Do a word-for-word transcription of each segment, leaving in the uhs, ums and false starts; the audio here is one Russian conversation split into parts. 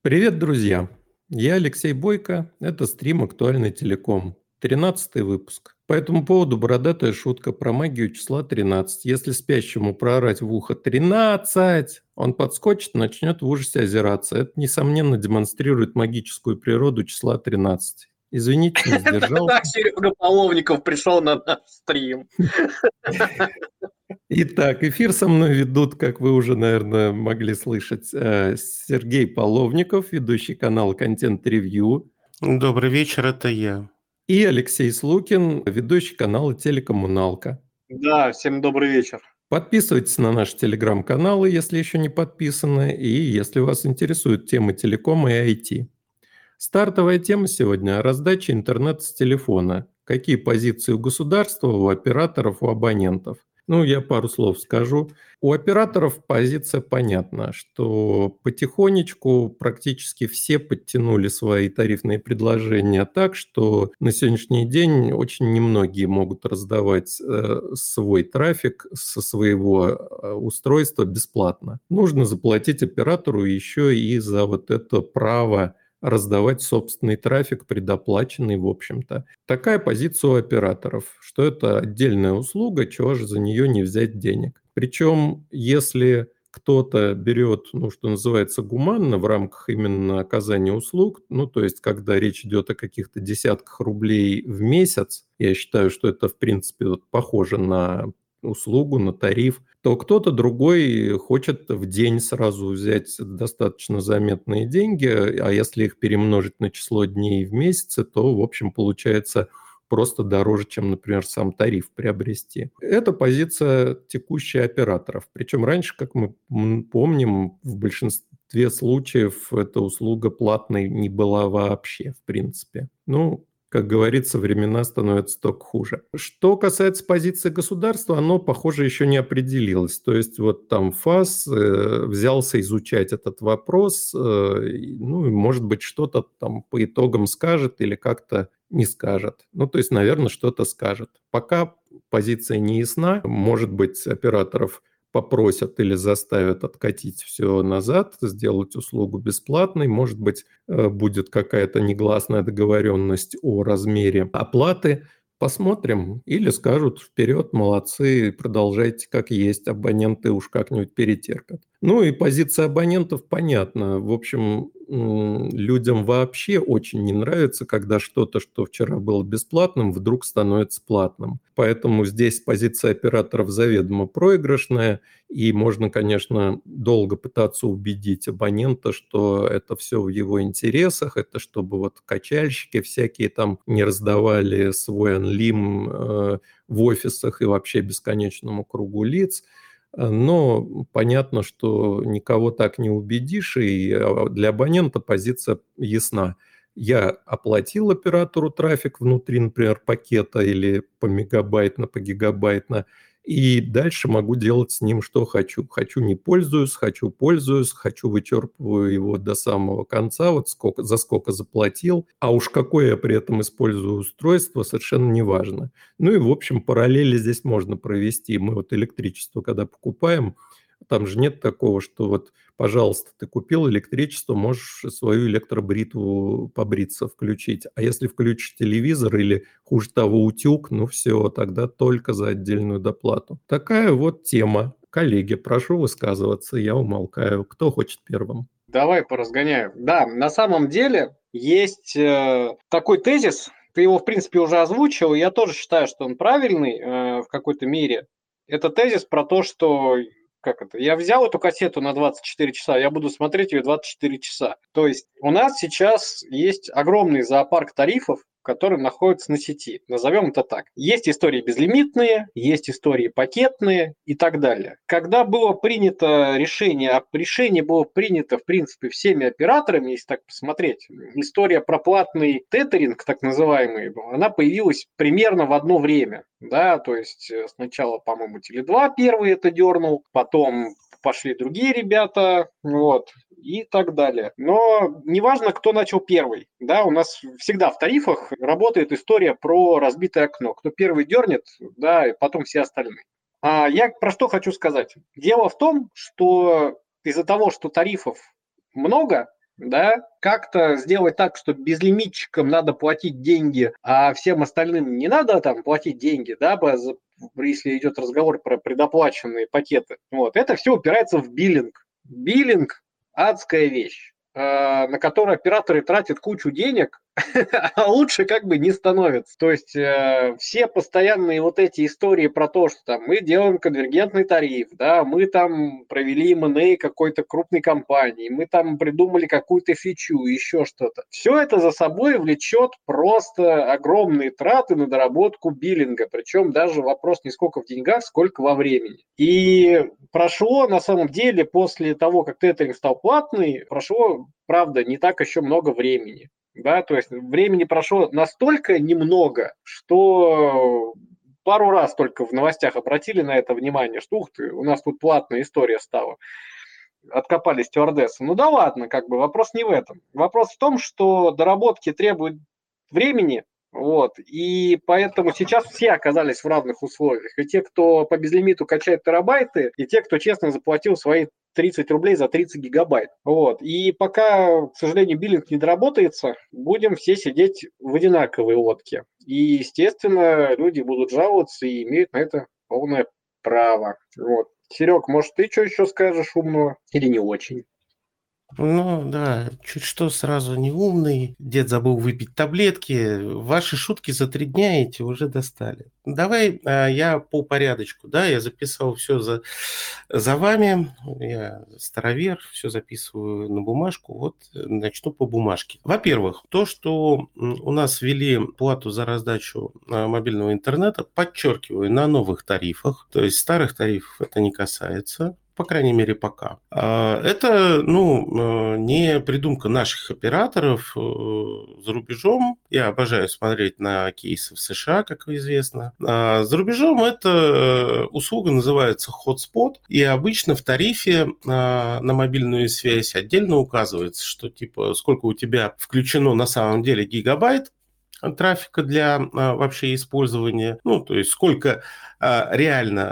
Привет, друзья! Я Алексей Бойко. Это стрим «Актуальный телеком». Тринадцатый выпуск. По этому поводу бородатая шутка про магию числа тринадцать. Если спящему проорать в ухо «тринадцать», он подскочит и начнет в ужасе озираться. Это, несомненно, демонстрирует магическую природу числа тринадцать. Извините, не Так сдержался. Серега Половников пришел на наш стрим. Итак, эфир со мной ведут, как вы уже, наверное, могли слышать, э, Сергей Половников, ведущий канала «Контент Ревью». Добрый вечер, это я. И Алексей Слукин, ведущий канала «Телекоммуналка». Да, всем добрый вечер. Подписывайтесь на наши телеграм-каналы, если еще не подписаны, и если вас интересуют темы телекома и ай ти. Стартовая тема сегодня – раздача интернета с телефона. Какие позиции у государства, у операторов, у абонентов? Ну, я пару слов скажу. У операторов позиция понятна, что потихонечку практически все подтянули свои тарифные предложения так, что на сегодняшний день очень немногие могут раздавать э, свой трафик со своего э, устройства бесплатно. Нужно заплатить оператору еще и за вот это право раздавать собственный трафик, предоплаченный, в общем-то. Такая позиция у операторов, что это отдельная услуга, чего же за нее не взять денег. Причем, если кто-то берет, ну, что называется, гуманно в рамках именно оказания услуг, ну, то есть, когда речь идет о каких-то десятках рублей в месяц, я считаю, что это, в принципе, вот похоже на услугу, на тариф, то кто-то другой хочет в день сразу взять достаточно заметные деньги, а если их перемножить на число дней в месяце, то, в общем, получается просто дороже, чем, например, сам тариф приобрести. Это позиция текущая операторов. Причем раньше, как мы помним, в большинстве случаев эта услуга платной не была вообще, в принципе. Ну, как говорится, времена становятся только хуже. Что касается позиции государства, оно, похоже, еще не определилось. То есть вот там ФАС э, взялся изучать этот вопрос, э, ну, и, может быть, что-то там по итогам скажет или как-то не скажет. Ну, то есть, наверное, что-то скажет. Пока позиция не ясна. Может быть, операторов попросят или заставят откатить все назад, сделать услугу бесплатной. Может быть, будет какая-то негласная договоренность о размере оплаты. Посмотрим. Или скажут: вперед, молодцы, продолжайте как есть, абоненты уж как-нибудь перетерпят. Ну и позиция абонентов понятна. В общем, людям вообще очень не нравится, когда что-то, что вчера было бесплатным, вдруг становится платным. Поэтому здесь позиция операторов заведомо проигрышная, и можно, конечно, долго пытаться убедить абонента, что это все в его интересах, это чтобы вот качальщики всякие там не раздавали свой анлим э, в офисах и вообще бесконечному кругу лиц. Но понятно, что никого так не убедишь, и для абонента позиция ясна. Я оплатил оператору трафик внутри, например, пакета или по мегабайтно, по гигабайтно, и дальше могу делать с ним что хочу. Хочу — не пользуюсь, хочу — пользуюсь, хочу — вычерпываю его до самого конца, вот сколько, за сколько заплатил. А уж какое я при этом использую устройство, совершенно не важно. Ну и, в общем, параллели здесь можно провести. Мы вот электричество, когда покупаем, там же нет такого, что вот, пожалуйста, ты купил электричество, можешь свою электробритву побриться включить. А если включишь телевизор или, хуже того, утюг, ну все, тогда только за отдельную доплату. Такая вот тема. Коллеги, прошу высказываться, я умолкаю. Кто хочет первым? Давай поразгоняю. Да, на самом деле есть э, такой тезис, ты его, в принципе, уже озвучил, и я тоже считаю, что он правильный э, в какой-то мере. Это тезис про то, что как это, я взял эту кассету на двадцать четыре часа, я буду смотреть ее двадцать четыре часа. То есть у нас сейчас есть огромный зоопарк тарифов, которые находятся на сети. Назовем это так. Есть истории безлимитные, есть истории пакетные и так далее. Когда было принято решение, а решение было принято, в принципе, всеми операторами, если так посмотреть, история про платный тетеринг, так называемый, она появилась примерно в одно время. Да, то есть сначала, по-моему, Теле два первый это дернул, потом пошли другие ребята, вот, и так далее. Но неважно, кто начал первый. Да, у нас всегда в тарифах работает история про разбитое окно. Кто первый дернет, да, и потом все остальные. А я про что хочу сказать. Дело в том, что из-за того, что тарифов много, да, как-то сделать так, что безлимитчикам надо платить деньги, а всем остальным не надо там платить деньги, да, если идет разговор про предоплаченные пакеты. Вот, это все упирается в биллинг. Биллинг – адская вещь, на которую операторы тратят кучу денег, а лучше как бы не становится. То есть э, все постоянные вот эти истории про то, что там мы делаем конвергентный тариф, да, мы там провели эм энд эй какой-то крупной компании, мы там придумали какую-то фичу, еще что-то. Все это за собой влечет просто огромные траты на доработку биллинга, причем даже вопрос не сколько в деньгах, сколько во времени. И прошло на самом деле после того, как тетherинг стал платный, прошло, правда, не так еще много времени. Да, то есть времени прошло настолько немного, что пару раз только в новостях обратили на это внимание, что ух ты, у нас тут платная история стала. Откопали стюардессы. Ну да ладно, как бы вопрос не в этом. Вопрос в том, что доработки требуют времени, вот, и поэтому сейчас все оказались в равных условиях. И те, кто по безлимиту качает терабайты, и те, кто честно заплатил свои тридцать рублей за тридцать гигабайт. Вот. И пока, к сожалению, биллинг не доработается, будем все сидеть в одинаковой лодке. И, естественно, люди будут жаловаться и имеют на это полное право. Вот. Серег, может, ты что еще скажешь умного или не очень? Ну да, чуть что сразу не умный, дед забыл выпить таблетки, ваши шутки за три дня эти уже достали. Давай а, я по порядочку, да, я записывал все за, за вами, я старовер, все записываю на бумажку, вот начну по бумажке. Во-первых, то, что у нас ввели плату за раздачу а, мобильного интернета, подчеркиваю, на новых тарифах, то есть старых тарифов это не касается. По крайней мере, пока. Это, ну, не придумка наших операторов за рубежом. Я обожаю смотреть на кейсы в США, как известно. За рубежом эта услуга называется Hotspot, и обычно в тарифе на мобильную связь отдельно указывается, что типа сколько у тебя включено на самом деле гигабайт трафика для а, вообще использования, ну, то есть сколько а, реально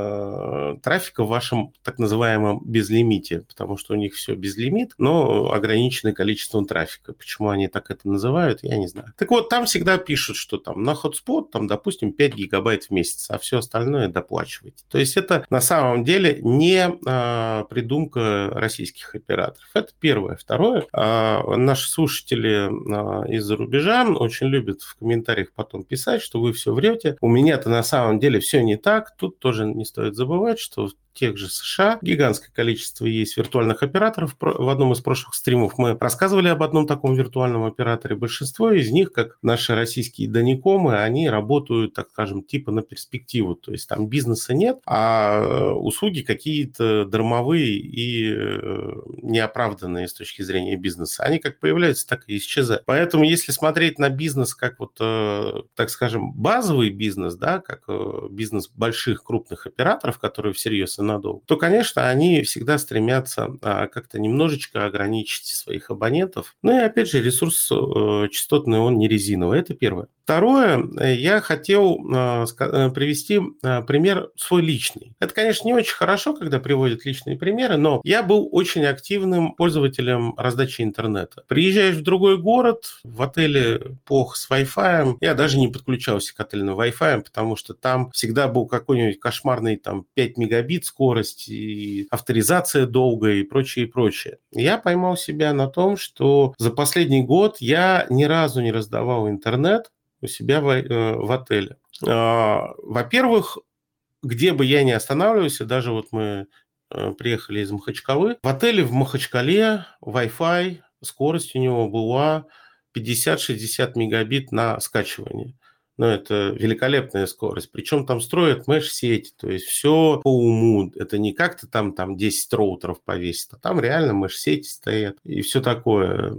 а, трафика в вашем так называемом безлимите, потому что у них все безлимит, но ограниченное количеством трафика. Почему они так это называют, я не знаю. Так вот, там всегда пишут, что там на Hotspot, там, допустим, пять гигабайт в месяц, а все остальное доплачивайте. То есть это на самом деле не а, придумка российских операторов. Это первое. Второе, а, наши слушатели а, из-за рубежа очень любят в комментариях потом писать, что вы все врете. У меня-то на самом деле все не так. Тут тоже не стоит забывать, что в тех же США гигантское количество есть виртуальных операторов. В одном из прошлых стримов мы рассказывали об одном таком виртуальном операторе. Большинство из них, как наши российские доникомы, они работают, так скажем, типа на перспективу. То есть там бизнеса нет, а услуги какие-то дармовые и неоправданные с точки зрения бизнеса. Они как появляются, так и исчезают. Поэтому если смотреть на бизнес как вот, так скажем, базовый бизнес, да, как бизнес больших крупных операторов, которые всерьез и надолго, то, конечно, они всегда стремятся а, как-то немножечко ограничить своих абонентов. Ну и, опять же, ресурс э, частотный, он не резиновый. Это первое. Второе, я хотел э, привести э, пример свой личный. Это, конечно, не очень хорошо, когда приводят личные примеры, но я был очень активным пользователем раздачи интернета. Приезжаешь в другой город, в отеле плохо с Wi-Fi, я даже не подключался к отельным Wi-Fi, потому что там всегда был какой-нибудь кошмарный там пять мегабит скорость, и авторизация долгая и прочее, и прочее. Я поймал себя на том, что за последний год я ни разу не раздавал интернет у себя в, э, в отеле. Э, во-первых, где бы я ни останавливался, даже вот мы э, приехали из Махачкалы, в отеле в Махачкале Wi-Fi, скорость у него была пятьдесят-шестьдесят мегабит на скачивание. Но это великолепная скорость. Причем там строят меш-сети, то есть все по уму. Это не как-то там, там десять роутеров повесить, а там реально меш-сети стоят и все такое.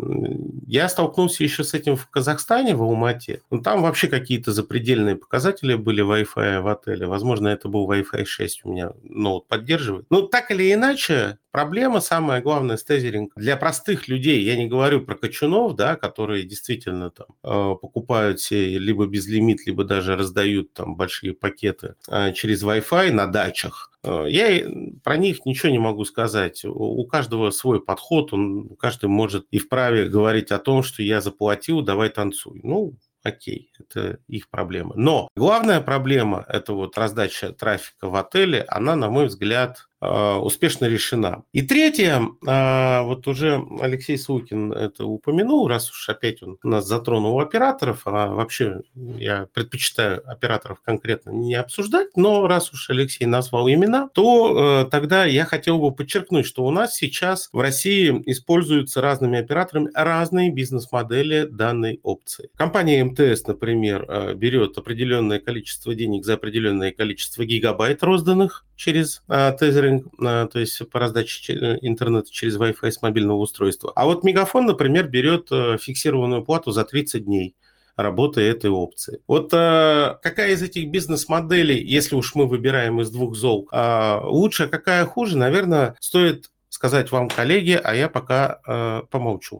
Я столкнулся еще с этим в Казахстане, в Алмате. Ну, там вообще какие-то запредельные показатели были Wi-Fi в отеле. Возможно, это был Wi-Fi шесть у меня ноут поддерживает. Но так или иначе, проблема самая главная с тезеринг для простых людей, я не говорю про качунов, да, которые действительно там э, покупают себе либо безлимит, либо даже раздают там большие пакеты э, через Wi-Fi на дачах. Я про них ничего не могу сказать. У каждого свой подход, он, каждый может и вправе говорить о том, что я заплатил, давай танцуй. Ну, окей, это их проблема. Но главная проблема, это вот раздача трафика в отеле, она, на мой взгляд, успешно решена. И третье, вот уже Алексей Саукин это упомянул, раз уж опять он нас затронул операторов, а вообще я предпочитаю операторов конкретно не обсуждать, но раз уж Алексей назвал имена, то тогда я хотел бы подчеркнуть, что у нас сейчас в России используются разными операторами разные бизнес-модели данной опции. Компания эм тэ эс, например, берет определенное количество денег за определенное количество гигабайт розданных через тезеринг, то есть по раздаче интернета через Wi-Fi с мобильного устройства. А вот Мегафон, например, берет фиксированную плату за тридцать дней работы этой опции. Вот э, какая из этих бизнес-моделей, если уж мы выбираем из двух зол, э, лучше, а какая хуже, наверное, стоит сказать вам, коллеги, а я пока э, помолчу.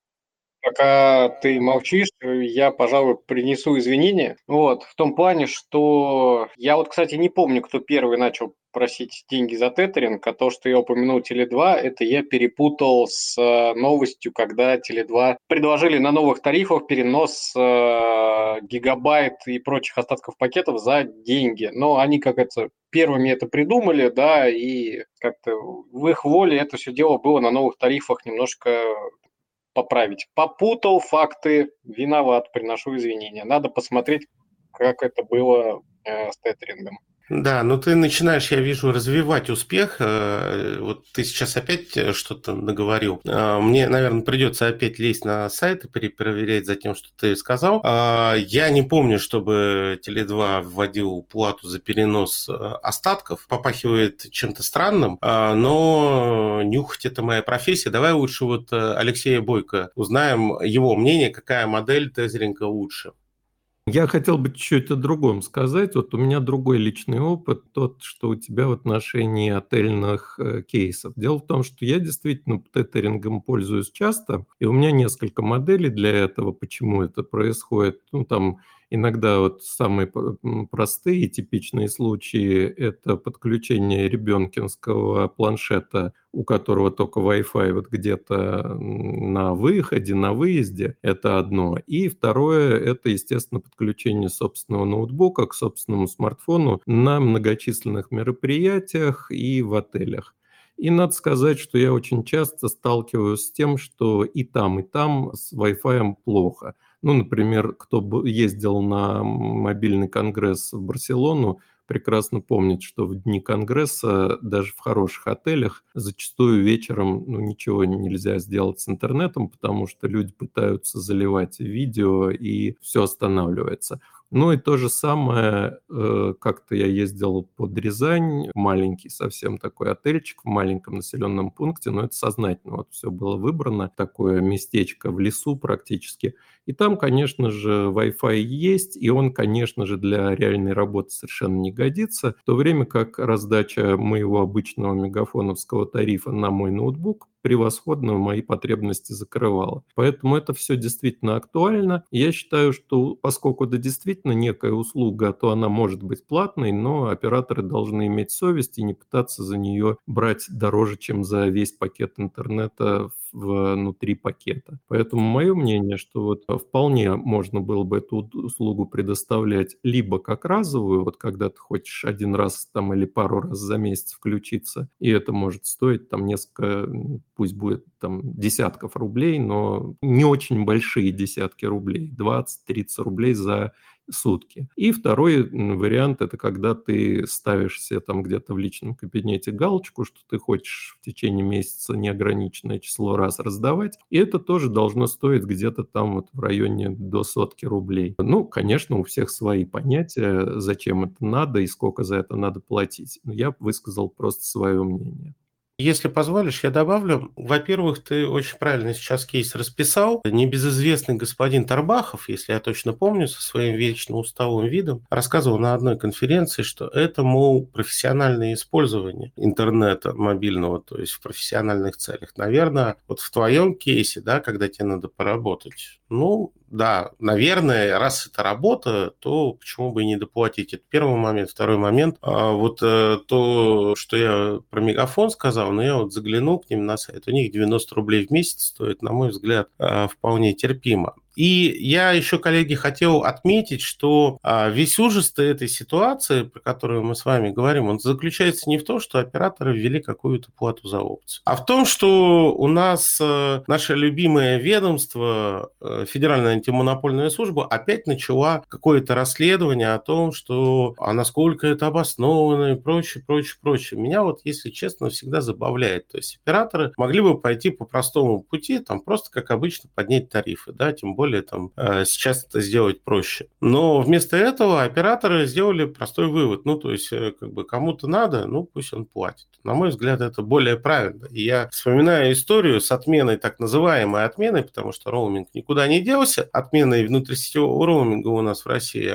Пока ты молчишь, я, пожалуй, принесу извинения. Вот, в том плане, что я вот, кстати, не помню, кто первый начал просить деньги за тетherинг, а то, что я упомянул Теле два, это я перепутал с новостью, когда Теле два предложили на новых тарифах перенос э, гигабайт и прочих остатков пакетов за деньги. Но они как это первыми это придумали, да, и как-то в их воле это все дело было на новых тарифах немножко поправить. Попутал факты, виноват, приношу извинения. Надо посмотреть, как это было э, с тетрингом. Да, ну ты начинаешь, я вижу, развивать успех. Вот ты сейчас опять что-то наговорил. Мне, наверное, придется опять лезть на сайт и перепроверять за тем, что ты сказал. Я не помню, чтобы Теле два вводил плату за перенос остатков. Попахивает чем-то странным, но нюхать это моя профессия. Давай лучше вот Алексея Бойко узнаем его мнение, какая модель тезеринга лучше. Я хотел бы чуть-чуть о другом сказать. Вот у меня другой личный опыт, тот, что у тебя в отношении отельных э, кейсов. Дело в том, что я действительно тетерингом пользуюсь часто, и у меня несколько моделей для этого, почему это происходит. Ну, там иногда вот самые простые и типичные случаи – это подключение ребенкинского планшета, у которого только Wi-Fi вот где-то на выходе, на выезде. Это одно. И второе – это, естественно, подключение собственного ноутбука к собственному смартфону на многочисленных мероприятиях и в отелях. И надо сказать, что я очень часто сталкиваюсь с тем, что и там, и там с Wi-Fi плохо. Ну, например, кто ездил на мобильный конгресс в Барселону, прекрасно помнит, что в дни конгресса даже в хороших отелях зачастую вечером ну, ничего нельзя сделать с интернетом, потому что люди пытаются заливать видео, и все останавливается. Ну и то же самое, э, как-то я ездил под Рязань, маленький совсем такой отельчик в маленьком населенном пункте, но это сознательно, вот все было выбрано, такое местечко в лесу практически. И там, конечно же, Wi-Fi есть, и он, конечно же, для реальной работы совершенно не годится, в то время как раздача моего обычного мегафоновского тарифа на мой ноутбук превосходно мои потребности закрывала. Поэтому это все действительно актуально. Я считаю, что поскольку это действительно некая услуга, то она может быть платной, но операторы должны иметь совесть и не пытаться за нее брать дороже, чем за весь пакет интернета внутри пакета. Поэтому мое мнение, что вот вполне можно было бы эту услугу предоставлять либо как разовую, вот когда ты хочешь один раз там или пару раз за месяц включиться, и это может стоить там несколько, пусть будет там десятков рублей, но не очень большие десятки рублей, двадцать-тридцать рублей за сутки. И второй вариант – это когда ты ставишь себе там где-то в личном кабинете галочку, что ты хочешь в течение месяца неограниченное число раз раздавать, и это тоже должно стоить где-то там вот в районе до сотки рублей. Ну, конечно, у всех свои понятия, зачем это надо и сколько за это надо платить. Но я высказал просто свое мнение. Если позволишь, я добавлю. Во-первых, ты очень правильно сейчас кейс расписал. Небезызвестный господин Тарбахов, если я точно помню, со своим вечно усталым видом, рассказывал на одной конференции, что это, мол, профессиональное использование интернета мобильного, то есть в профессиональных целях. Наверное, вот в твоем кейсе, да, когда тебе надо поработать, ну, да, наверное, раз это работа, то почему бы и не доплатить? Это первый момент. Второй момент. А вот э, то, что я про Мегафон сказал, но я вот заглянул к ним на сайт. У них девяносто рублей в месяц стоит, на мой взгляд, э, вполне терпимо. И я еще, коллеги, хотел отметить, что а, весь ужас этой ситуации, про которую мы с вами говорим, он заключается не в том, что операторы ввели какую-то плату за опцию, а в том, что у нас а, наше любимое ведомство, а, Федеральная антимонопольная служба, опять начала какое-то расследование о том, что а насколько это обоснованно и прочее, прочее, прочее. Меня вот, если честно, всегда забавляет. То есть операторы могли бы пойти по простому пути, там просто, как обычно, поднять тарифы, да, тем более там, сейчас это сделать проще. Но вместо этого операторы сделали простой вывод. Ну, то есть, как бы кому-то надо, ну, пусть он платит. На мой взгляд, это более правильно. И я вспоминаю историю с отменой, так называемой отменой, потому что роуминг никуда не делся. Отменой внутрисетевого роуминга у нас в России.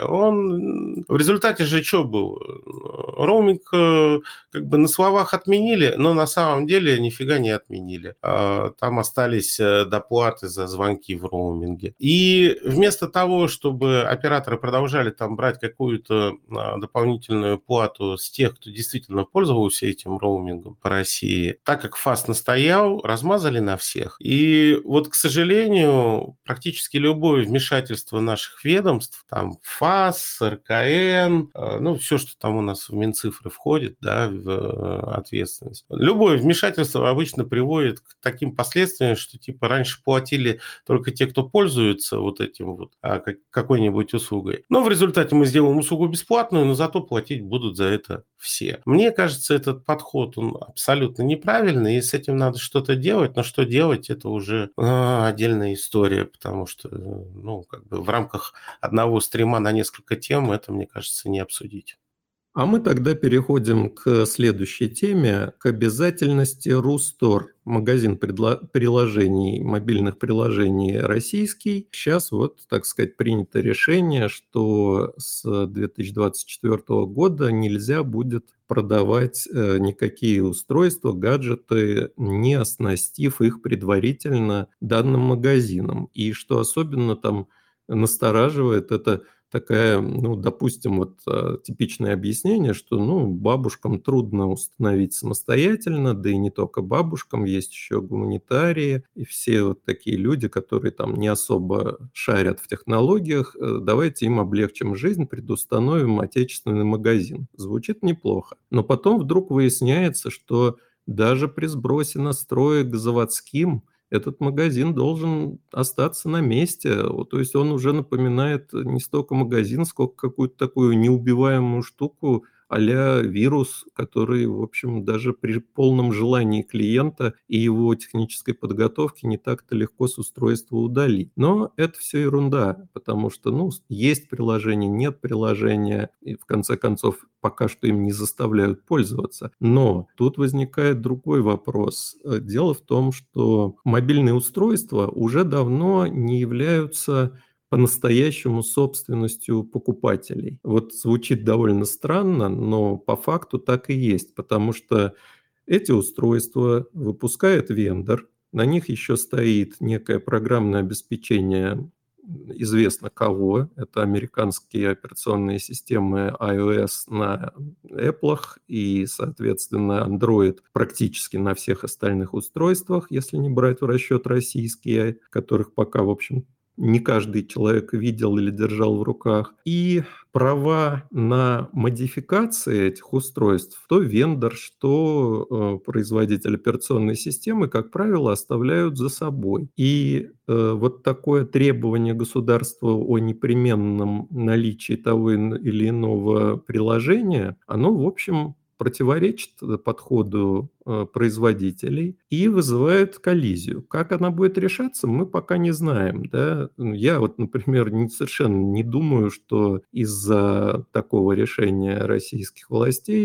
Он в результате же что был? Роуминг как бы на словах отменили, но на самом деле нифига не отменили. Там остались доплаты за звонки в роуминге. И вместо того, чтобы операторы продолжали там брать какую-то а, дополнительную плату с тех, кто действительно пользовался этим роумингом по России, так как ФАС настоял, размазали на всех. И вот, к сожалению, практически любое вмешательство наших ведомств, там ФАС, РКН, э, ну, все, что там у нас в Минцифры входит, да, в э, ответственность. Любое вмешательство обычно приводит к таким последствиям, что типа раньше платили только те, кто пользуется вот этим вот а, как, какой-нибудь услугой. Но в результате мы сделаем услугу бесплатную, но зато платить будут за это все. Мне кажется, этот подход, он абсолютно неправильный, и с этим надо что-то делать, но что делать, это уже а, отдельная история, потому что, ну, как бы в рамках одного стрима на несколько тем это, мне кажется, не обсудить. А мы тогда переходим к следующей теме, к обязательности Рустор, магазин предло- приложений, мобильных приложений российский. Сейчас вот, так сказать, принято решение, что с две тысячи двадцать четвёртого года нельзя будет продавать э, никакие устройства, гаджеты, не оснастив их предварительно данным магазином. И что особенно там настораживает, это такая, ну, допустим, вот а, типичное объяснение, что, ну, бабушкам трудно установить самостоятельно, да и не только бабушкам, есть еще гуманитарии и все вот такие люди, которые там не особо шарят в технологиях, э, давайте им облегчим жизнь, предустановим отечественный магазин. Звучит неплохо. Но потом вдруг выясняется, что даже при сбросе настроек к заводским этот магазин должен остаться на месте. Вот, то есть он уже напоминает не столько магазин, сколько какую-то такую неубиваемую штуку а-ля вирус, который, в общем, даже при полном желании клиента и его технической подготовки не так-то легко с устройства удалить. Но это все ерунда, потому что, ну, есть приложение, нет приложения, и в конце концов пока что им не заставляют пользоваться. Но тут возникает другой вопрос. Дело в том, что мобильные устройства уже давно не являются по-настоящему собственностью покупателей. Вот звучит довольно странно, но по факту так и есть, потому что эти устройства выпускает вендор, на них еще стоит некое программное обеспечение известно кого. Это американские операционные системы iOS на Apple и, соответственно, Android практически на всех остальных устройствах, если не брать в расчет российские, которых пока, в общем, не каждый человек видел или держал в руках. И права на модификации этих устройств, то вендор, что э, производитель операционной системы, как правило, оставляют за собой. И э, вот такое требование государства о непременном наличии того или иного приложения, оно, в общем, противоречит подходу э, производителей и вызывает коллизию. Как она будет решаться, мы пока не знаем. Да? Я вот, например, не, совершенно не думаю, что из-за такого решения российских властей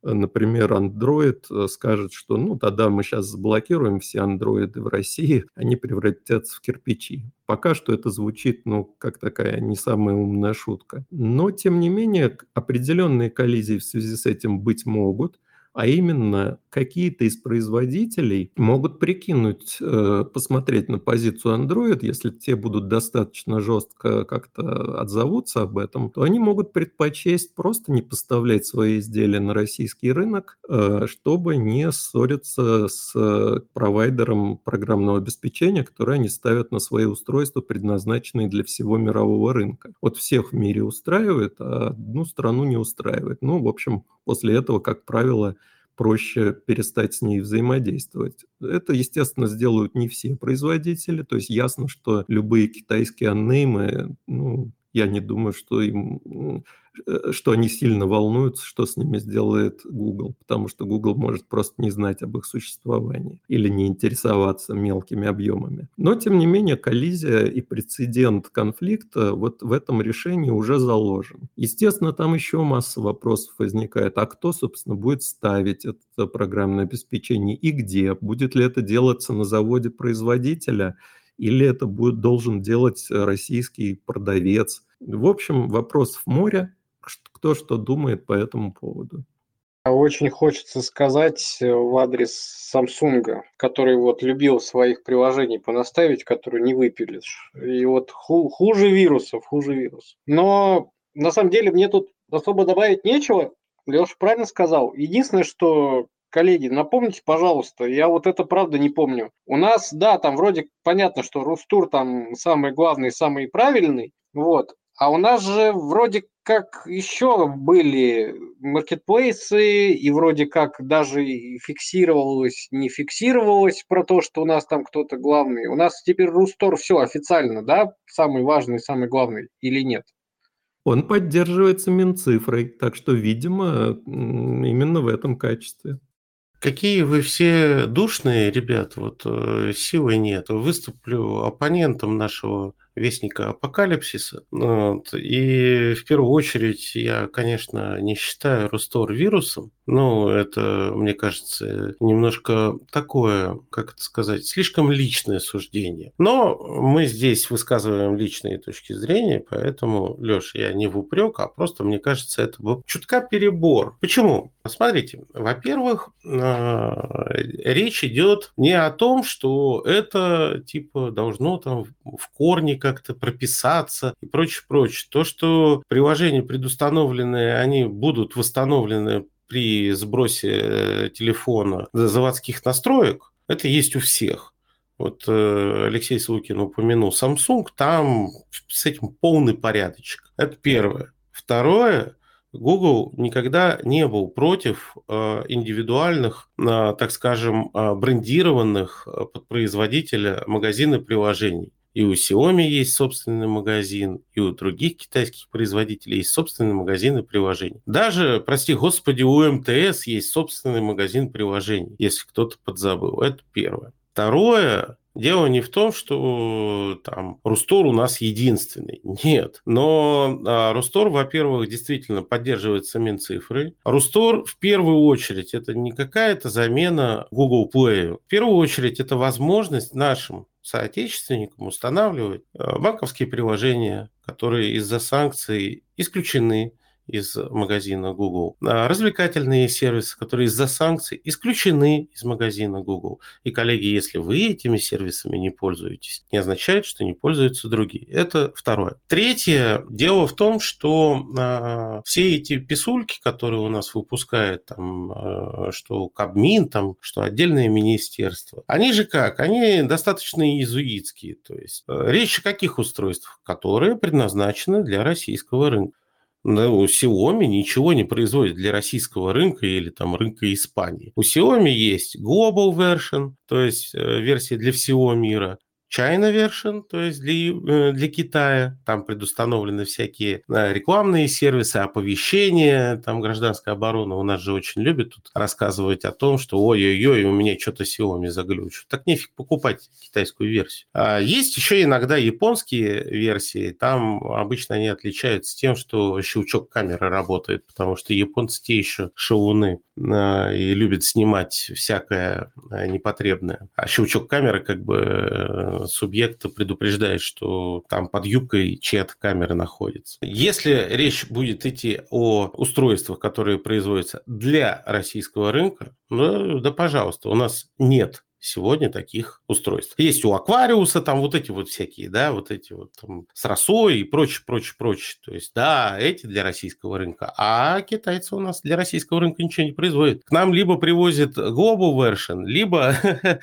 например, Android скажет, что ну тогда мы сейчас заблокируем все андроиды в России, они превратятся в кирпичи. Пока что это звучит, ну, как такая не самая умная шутка. Но, тем не менее, определенные коллизии в связи с этим быть могут. А именно, какие-то из производителей могут прикинуть, э, посмотреть на позицию Android, если те будут достаточно жестко как-то отзовутся об этом, то они могут предпочесть просто не поставлять свои изделия на российский рынок, э, чтобы не ссориться с провайдером программного обеспечения, которое они ставят на свои устройства, предназначенные для всего мирового рынка. Вот всех в мире устраивает, а одну страну не устраивает. Ну, в общем, после этого, как правило, проще перестать с ней взаимодействовать. Это, естественно, сделают не все производители, то есть ясно, что любые китайские аннеймы, ну, я не думаю, что им, что они сильно волнуются, что с ними сделает Google, потому что Google может просто не знать об их существовании или не интересоваться мелкими объемами. Но, тем не менее, коллизия и прецедент конфликта вот в этом решении уже заложен. Естественно, там еще масса вопросов возникает. А кто, собственно, будет ставить это программное обеспечение и где? Будет ли это делаться на заводе производителя? Или это будет должен делать российский продавец? В общем, вопросов море. Кто что думает по этому поводу? Очень хочется сказать в адрес Samsung, который вот любил своих приложений понаставить, которые не выпилишь. И вот ху- хуже вирусов, хуже вирусов. Но на самом деле мне тут особо добавить нечего. Леша правильно сказал. Единственное, что, коллеги, напомните, пожалуйста, я вот это правда не помню. У нас, да, там вроде понятно, что Рустур там самый главный, самый правильный, вот. А у нас же вроде как еще были маркетплейсы, и вроде как даже и фиксировалось, не фиксировалось про то, что у нас там кто-то главный. У нас теперь Рустор все официально, да, самый важный, самый главный или нет? Он поддерживается Минцифрой, так что, видимо, именно в этом качестве. Какие вы все душные, ребят, вот э, силы нет. Выступлю оппонентом нашего вестника апокалипсиса. Вот. И в первую очередь я, конечно, не считаю Рустор вирусом. Ну, это, мне кажется, немножко такое, как это сказать, слишком личное суждение. Но мы здесь высказываем личные точки зрения, поэтому, Леша, я не в упрек, а просто, мне кажется, это был чутка перебор. Почему? Смотрите, во-первых, речь идет не о том, что это типа должно там в корне как-то прописаться и прочее, прочее. То, что приложения предустановленные, они будут восстановлены при сбросе телефона до заводских настроек, это есть у всех. Вот Алексей Слукин упомянул Samsung, там с этим полный порядочек. Это первое. Второе, Google никогда не был против индивидуальных, так скажем, брендированных под производителя магазина приложений. И у Xiaomi есть собственный магазин, и у других китайских производителей есть собственный магазин приложений. Даже, прости господи, у эм тэ эс есть собственный магазин приложений, если кто-то подзабыл. Это первое. Второе, дело не в том, что там Рустор у нас единственный. Нет. Но а, Рустор, во-первых, действительно поддерживается Минцифрой. Рустор, в первую очередь, это не какая-то замена Google Play. В первую очередь, это возможность нашим соотечественникам устанавливать банковские приложения, которые из-за санкций исключены из магазина Google. Развлекательные сервисы, которые из-за санкций исключены из магазина Google. И, коллеги, если вы этими сервисами не пользуетесь, не означает, что не пользуются другие. Это второе. Третье. Дело в том, что а, все эти писульки, которые у нас выпускает, там, а, что Кабмин, там, что отдельные министерства, они же как? Они достаточно иезуитские. То есть а, речь о каких устройствах? Которые предназначены для российского рынка. Ну, Xiaomi ничего не производит для российского рынка или там рынка Испании. У Xiaomi есть Global Version, то есть версия для всего мира, China version, то есть для, для Китая. Там предустановлены всякие рекламные сервисы, оповещения, там гражданская оборона у нас же очень любит тут рассказывать о том, что ой-ой-ой, у меня что-то Xiaomi заглючит. Так нефиг покупать китайскую версию. А есть еще иногда японские версии, там обычно они отличаются тем, что щелчок камеры работает, потому что японцы те еще шалуны. и любит снимать всякое непотребное. А щелчок камеры как бы субъекта предупреждает, что там под юбкой чья-то камера находится. Если речь будет идти о устройствах, которые производятся для российского рынка, ну, да, пожалуйста, у нас нет сегодня таких устройств. Есть у Аквариуса там вот эти вот всякие, да, вот эти вот там с росой и прочее, прочее, прочее. То есть, да, эти для российского рынка, а китайцы у нас для российского рынка ничего не производят. К нам либо привозят Global Version, либо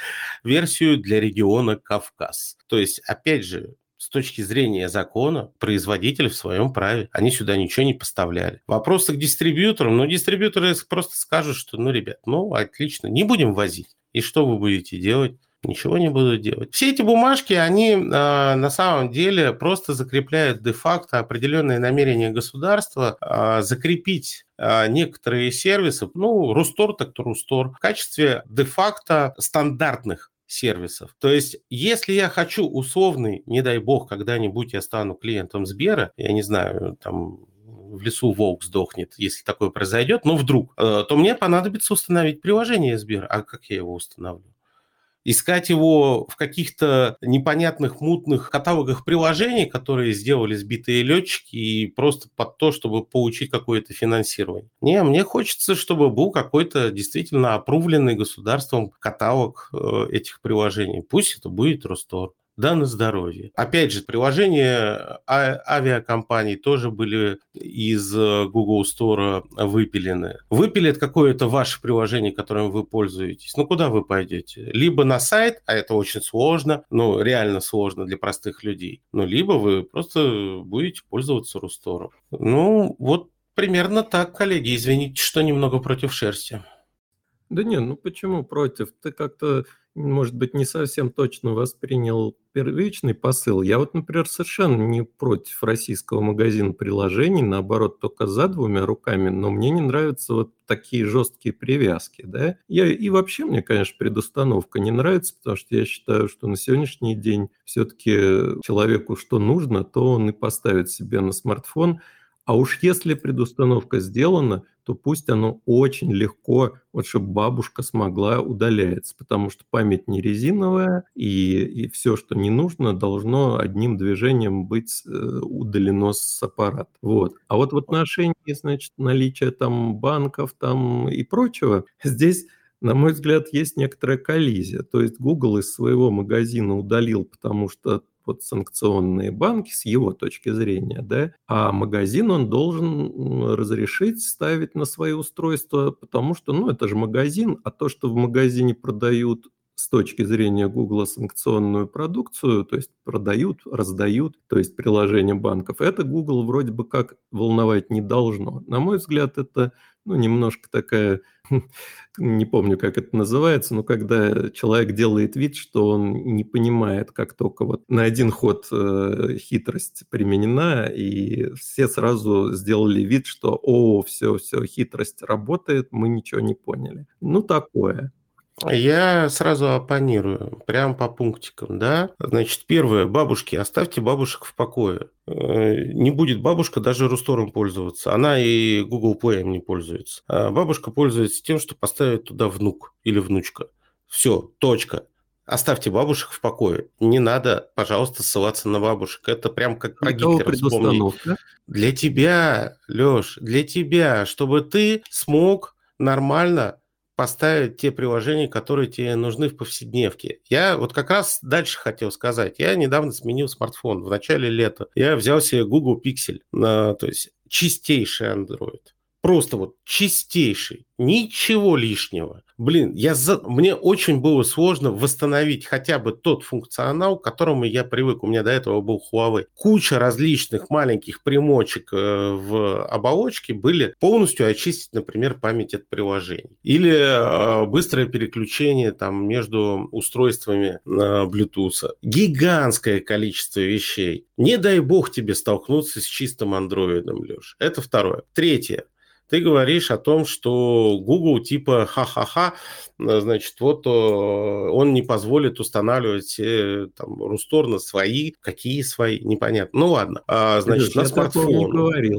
версию для региона Кавказ. То есть, опять же, с точки зрения закона, производитель в своем праве. Они сюда ничего не поставляли. Вопросы к дистрибьюторам. Ну, дистрибьюторы просто скажут, что, ну, ребят, ну, отлично, не будем возить. И что вы будете делать? Ничего не будут делать. Все эти бумажки, они э, на самом деле просто закрепляют де-факто определенные намерения государства э, закрепить э, некоторые сервисы, ну, Рустор так то Рустор, в качестве де-факто стандартных сервисов. То есть, если я хочу условный, не дай бог, когда-нибудь я стану клиентом Сбера, я не знаю, там, в лесу волк сдохнет, если такое произойдет, но вдруг, то мне понадобится установить приложение Сбера. А как я его установлю? Искать его в каких-то непонятных мутных каталогах приложений, которые сделали сбитые летчики, и просто под то, чтобы получить какое-то финансирование. Не, мне хочется, чтобы был какой-то действительно опрувленный государством каталог этих приложений. Пусть это будет Рустор. Да, на здоровье. Опять же, приложения а- авиакомпаний тоже были из Google Store выпилены. Выпилят какое-то ваше приложение, которым вы пользуетесь. Ну, куда вы пойдете? Либо на сайт, а это очень сложно, ну, реально сложно для простых людей. Ну, либо вы просто будете пользоваться Рустором. Ну, вот примерно так, коллеги. Извините, что немного против шерсти. Да не, ну почему против? Ты как-то, может быть, не совсем точно воспринял первичный посыл. Я вот, например, совершенно не против российского магазина приложений, наоборот, только за двумя руками, но мне не нравятся вот такие жесткие привязки, да. Я, и вообще мне, конечно, предустановка не нравится, потому что я считаю, что на сегодняшний день все-таки человеку что нужно, то он и поставит себе на смартфон. А уж если предустановка сделана, то пусть оно очень легко, вот чтобы бабушка смогла, удаляется, потому что память не резиновая, и, и все, что не нужно, должно одним движением быть э, удалено с аппарата. Вот. А вот в отношении, значит, наличия там банков там и прочего, здесь, на мой взгляд, есть некоторая коллизия. То есть Google из своего магазина удалил, потому что вот санкционные банки с его точки зрения, да, а магазин он должен разрешить ставить на свои устройства, потому что, ну, это же магазин, а то, что в магазине продают с точки зрения Google санкционную продукцию, то есть продают, раздают, то есть приложения банков, это Google вроде бы как волновать не должно. На мой взгляд, это, ну, немножко такая, не помню, как это называется, но когда человек делает вид, что он не понимает, как только вот на один ход э, хитрость применена, и все сразу сделали вид, что о, все, все, хитрость работает, мы ничего не поняли. Ну, такое. Я сразу оппонирую, прям по пунктикам, да. Значит, первое, бабушки, оставьте бабушек в покое. Не будет бабушка даже Рустором пользоваться. Она и Google Play не пользуется. А бабушка пользуется тем, что поставит туда внук или внучка. Все, точка. Оставьте бабушек в покое. Не надо, пожалуйста, ссылаться на бабушек. Это прям как про Гитлера вспомнить. Для тебя, Леш, для тебя, чтобы ты смог нормально поставить те приложения, которые тебе нужны в повседневке. Я вот как раз дальше хотел сказать. Я недавно сменил смартфон в начале лета. Я взял себе Google Pixel, то есть чистейший Android. Просто вот чистейший, ничего лишнего. Блин, я за... мне очень было сложно восстановить хотя бы тот функционал, к которому я привык. У меня до этого был Huawei. Куча различных маленьких примочек в оболочке были полностью очистить, например, память от приложений. Или быстрое переключение там между устройствами Bluetooth. Гигантское количество вещей. Не дай бог тебе столкнуться с чистым андроидом, Леш. Это второе. Третье. Ты говоришь о том, что Google типа ха-ха-ха, значит, вот он не позволит устанавливать там Рустор на свои, какие свои, непонятно. Ну ладно, а, значит, я на смартфон. Я такого не говорил.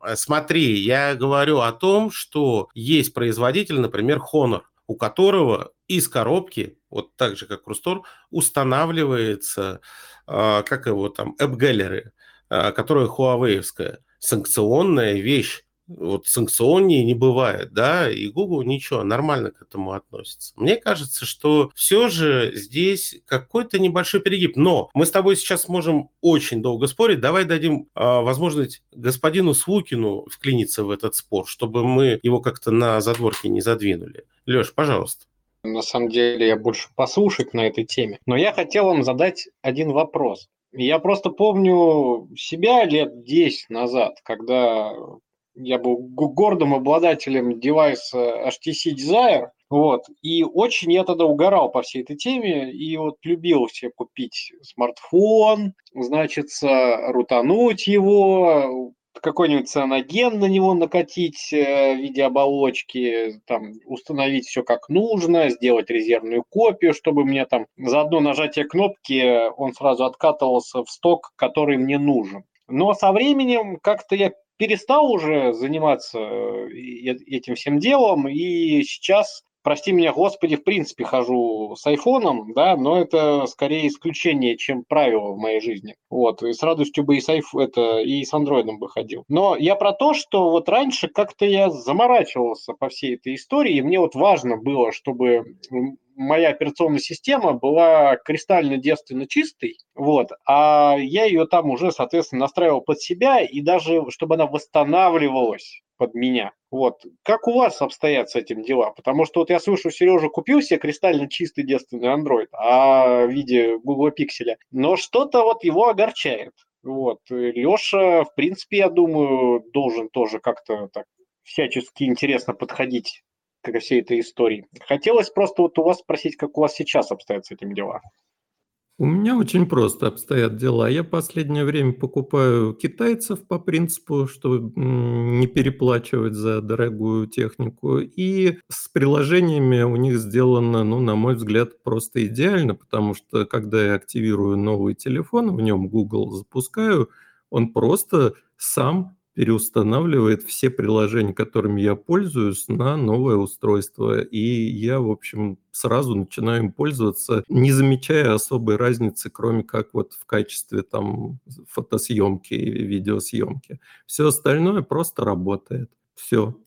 Смотри, я говорю о том, что есть производитель, например, Honor, у которого из коробки, вот так же, как Рустор, устанавливается, э, как его там, App Gallery, э, которая хуавеевская, санкционная вещь. Вот санкционнее не бывает, да, и Google ничего, нормально к этому относится. Мне кажется, что все же здесь какой-то небольшой перегиб. Но мы с тобой сейчас можем очень долго спорить. Давай дадим а, возможность господину Свукину вклиниться в этот спор, чтобы мы его как-то на задворке не задвинули. Леш, пожалуйста. На самом деле я больше послушать на этой теме. Но я хотел вам задать один вопрос. Я просто помню себя лет десять назад, когда я был гордым обладателем девайса эйч ти си Desire, вот, и очень я тогда угорал по всей этой теме, и вот любил себе купить смартфон, значит, рутануть его, какой-нибудь цианоген на него накатить в виде оболочки, там, установить все как нужно, сделать резервную копию, чтобы мне там за одно нажатие кнопки он сразу откатывался в сток, который мне нужен. Но со временем как-то я перестал уже заниматься этим всем делом, и сейчас, прости меня, Господи, в принципе хожу с айфоном, да, но это скорее исключение, чем правило в моей жизни. Вот, и с радостью бы и с, айф... это, и с андроидом бы ходил. Но я про то, что вот раньше как-то я заморачивался по всей этой истории, и мне вот важно было, чтобы моя операционная система была кристально девственно чистой, вот, а я ее там уже, соответственно, настраивал под себя, и даже чтобы она восстанавливалась под меня. Вот. Как у вас обстоят с этим дела? Потому что вот я слышу, Сережа купил себе кристально чистый девственный Android, а в виде Google Pixel, но что-то вот его огорчает. Вот. Леша, в принципе, я думаю, должен тоже как-то так всячески интересно подходить ко всей этой истории. Хотелось просто вот у вас спросить, как у вас сейчас обстоят с этим дела. У меня очень просто обстоят дела. Я последнее время покупаю китайцев по принципу, чтобы не переплачивать за дорогую технику. И с приложениями у них сделано, ну, на мой взгляд, просто идеально, потому что когда я активирую новый телефон, в нем Google запускаю, он просто сам переустанавливает все приложения, которыми я пользуюсь, на новое устройство. И я, в общем, сразу начинаю им пользоваться, не замечая особой разницы, кроме как вот в качестве там фотосъемки и видеосъемки. Все остальное просто работает. Все.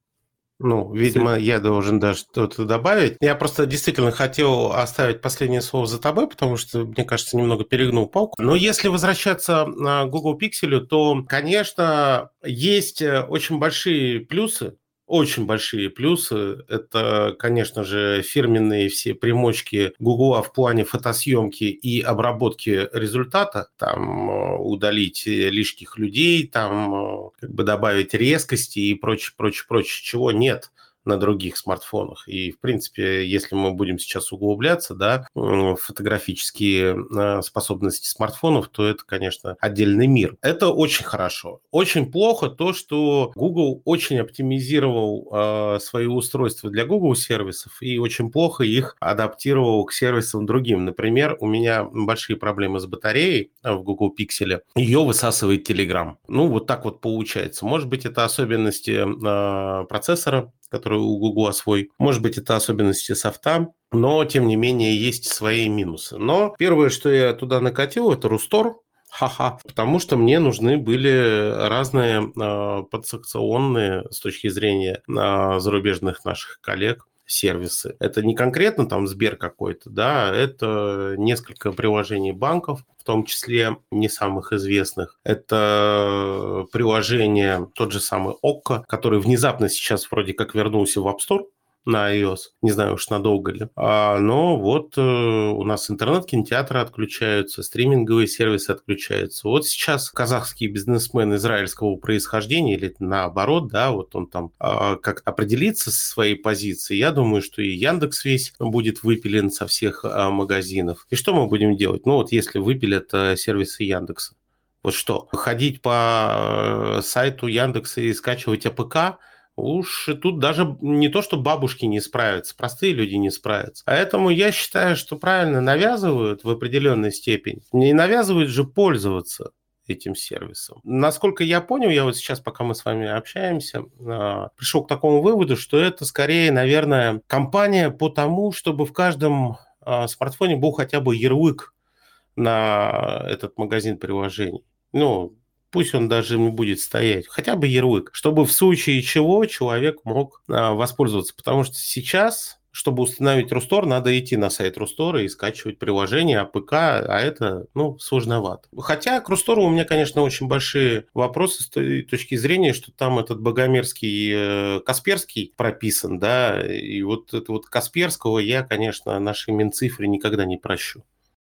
Ну, видимо, я должен даже что-то добавить. Я просто действительно хотел оставить последнее слово за тобой, потому что, мне кажется, немного перегнул палку. Но если возвращаться к Google Pixel, то, конечно, есть очень большие плюсы. Очень большие плюсы. Это, конечно же, фирменные все примочки Google в плане фотосъемки и обработки результата. Там удалить лишних людей, там как бы добавить резкости и прочее, прочее, прочее, чего нет на других смартфонах. И, в принципе, если мы будем сейчас углубляться, да, в фотографические способности смартфонов, то это, конечно, отдельный мир. Это очень хорошо. Очень плохо то, что Google очень оптимизировал э, свои устройства для Google сервисов и очень плохо их адаптировал к сервисам другим. Например, у меня большие проблемы с батареей в Google Pixel. Ее высасывает Telegram. Ну, вот так вот получается. Может быть, это особенности э, процессора, который у Google свой. Может быть, это особенности софта, но, тем не менее, есть свои минусы. Но первое, что я туда накатил, это Рустор. Ха-ха. Потому что мне нужны были разные э, подсанкционные с точки зрения э, зарубежных наших коллег сервисы. Это не конкретно там Сбер какой-то, да, это несколько приложений банков, в том числе не самых известных. Это приложение, тот же самый Okko, который внезапно сейчас вроде как вернулся в App Store на iOS. Не знаю уж надолго ли. А, но вот э, у нас интернет-кинотеатры отключаются, стриминговые сервисы отключаются. Вот сейчас казахский бизнесмен израильского происхождения, или наоборот, да, вот он там э, как определится со своей позицией. Я думаю, что и Яндекс весь будет выпилен со всех э, магазинов. И что мы будем делать? Ну вот если выпилят э, сервисы Яндекса. Вот что? Ходить по э, сайту Яндекса и скачивать АПК? Уж тут даже не то, что бабушки не справятся, простые люди не справятся. Поэтому я считаю, что правильно навязывают в определенной степени. Не навязывают же пользоваться. этим сервисом. Насколько я понял, я вот сейчас, пока мы с вами общаемся, пришел к такому выводу, что это скорее, наверное, компания по тому, чтобы в каждом смартфоне был хотя бы ярлык на этот магазин приложений. Ну, пусть он даже не будет стоять, хотя бы ярлык, чтобы в случае чего человек мог а, воспользоваться. Потому что сейчас, чтобы установить Рустор, надо идти на сайт Рустора и скачивать приложение, АПК, а это, ну, сложновато. Хотя к Рустору у меня, конечно, очень большие вопросы с той точки зрения, что там этот богомерзкий э, Касперский прописан, да, и вот это вот Касперского я, конечно, нашей Минцифре никогда не прощу.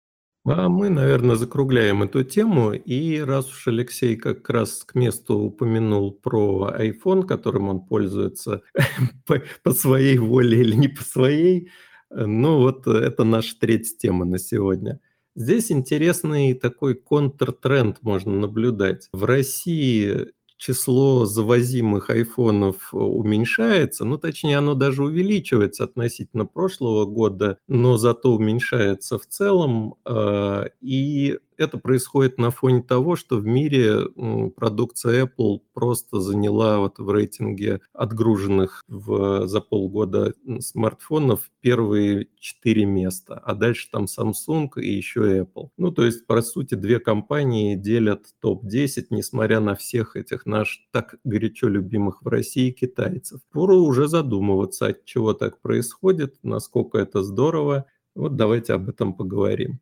А мы, наверное, закругляем эту тему. И раз уж Алексей как раз к месту упомянул про iPhone, которым он пользуется по, по своей воле или не по своей, ну вот это наша третья тема на сегодня. Здесь интересный такой контртренд можно наблюдать. В России число завозимых айфонов уменьшается, ну, точнее, оно даже увеличивается относительно прошлого года, но зато уменьшается в целом, э, и это происходит на фоне того, что в мире продукция Apple просто заняла вот в рейтинге отгруженных в, за полгода смартфонов первые четыре места, а дальше там Samsung и еще Apple. Ну, то есть, по сути, две компании делят топ десять, несмотря на всех этих наших так горячо любимых в России китайцев. Пора уже задумываться, от чего так происходит, насколько это здорово. Вот давайте об этом поговорим.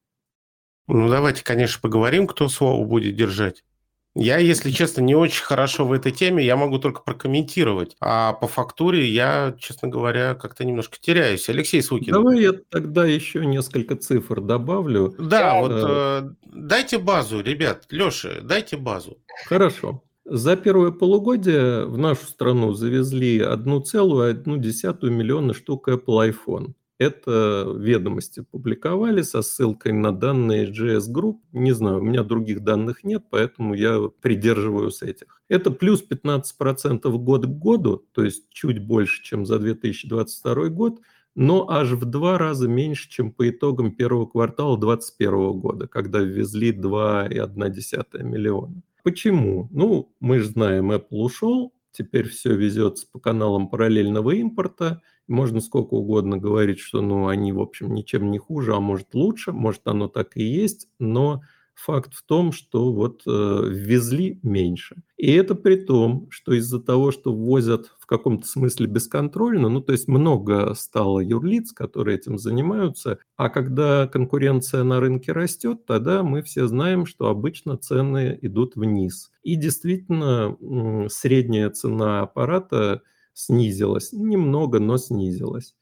Ну, давайте, конечно, поговорим, кто слово будет держать. Я, если честно, не очень хорошо в этой теме, я могу только прокомментировать. А по фактуре я, честно говоря, как-то немножко теряюсь. Алексей Сукин. Давай я тогда еще несколько цифр добавлю. Да, вот э, дайте базу, ребят. Леша, дайте базу. Хорошо. За первое полугодие в нашу страну завезли один целых одна десятая миллиона штук Apple iPhone. Это ведомости публиковали со ссылкой на данные джей эс Group. Не знаю, у меня других данных нет, поэтому я придерживаюсь этих. Это плюс пятнадцать процентов год к году, то есть чуть больше, чем за две тысячи двадцать второй год, но аж в два раза меньше, чем по итогам первого квартала две тысячи двадцать первого года, когда ввезли два целых одна десятая миллиона. Почему? Ну, мы же знаем, Apple ушел, теперь все везется по каналам параллельного импорта. Можно сколько угодно говорить, что ну, они, в общем, ничем не хуже, а может лучше, может оно так и есть, но факт в том, что вот э, ввезли меньше. И это при том, что из-за того, что ввозят в каком-то смысле бесконтрольно, ну то есть много стало юрлиц, которые этим занимаются, а когда конкуренция на рынке растет, тогда мы все знаем, что обычно цены идут вниз. И действительно м, средняя цена аппарата снизилась, немного, но снизилась.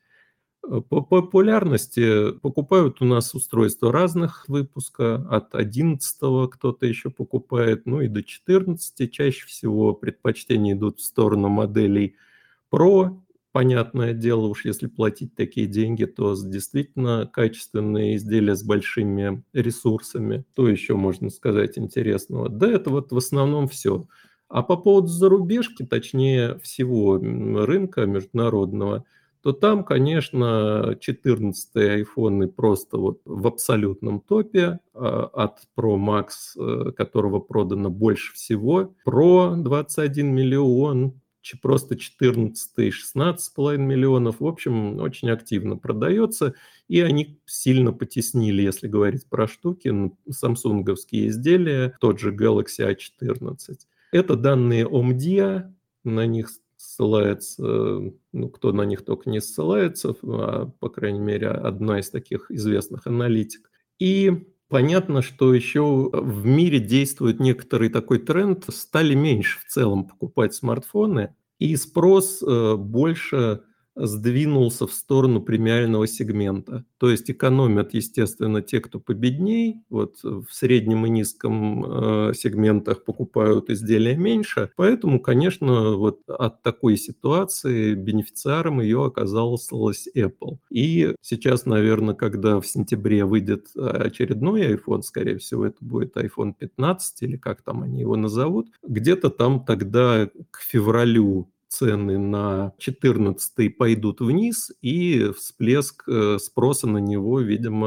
По популярности покупают у нас устройства разных выпуска, от одиннадцатого кто-то еще покупает, ну и до четырнадцати. Чаще всего предпочтения идут в сторону моделей Pro. Понятное дело, уж если платить такие деньги, то действительно качественные изделия с большими ресурсами. Что еще можно сказать интересного? Да, это вот в основном все. А по поводу зарубежки, точнее всего рынка международного, то там, конечно, четырнадцатые айфоны просто вот в абсолютном топе, от Pro Max, которого продано больше всего. Pro двадцать один миллион, просто четырнадцатый шестнадцать с половиной миллионов. В общем, очень активно продается. И они сильно потеснили, если говорить про штуки, самсунговские изделия, тот же Galaxy а четырнадцать. Это данные Omdia, на них ссылается, ну, кто на них только не ссылается, а, по крайней мере, одна из таких известных аналитик. И понятно, что еще в мире действует некоторый такой тренд, стали меньше в целом покупать смартфоны, и спрос больше сдвинулся в сторону премиального сегмента. То есть экономят, естественно, те, кто победней. Вот в среднем и низком э, сегментах покупают изделия меньше. Поэтому, конечно, вот от такой ситуации бенефициаром ее оказалась Apple. И сейчас, наверное, когда в сентябре выйдет очередной iPhone, скорее всего, это будет айфон пятнадцать или как там они его назовут, где-то там тогда к февралю цены на четырнадцатый пойдут вниз, и всплеск спроса на него, видимо,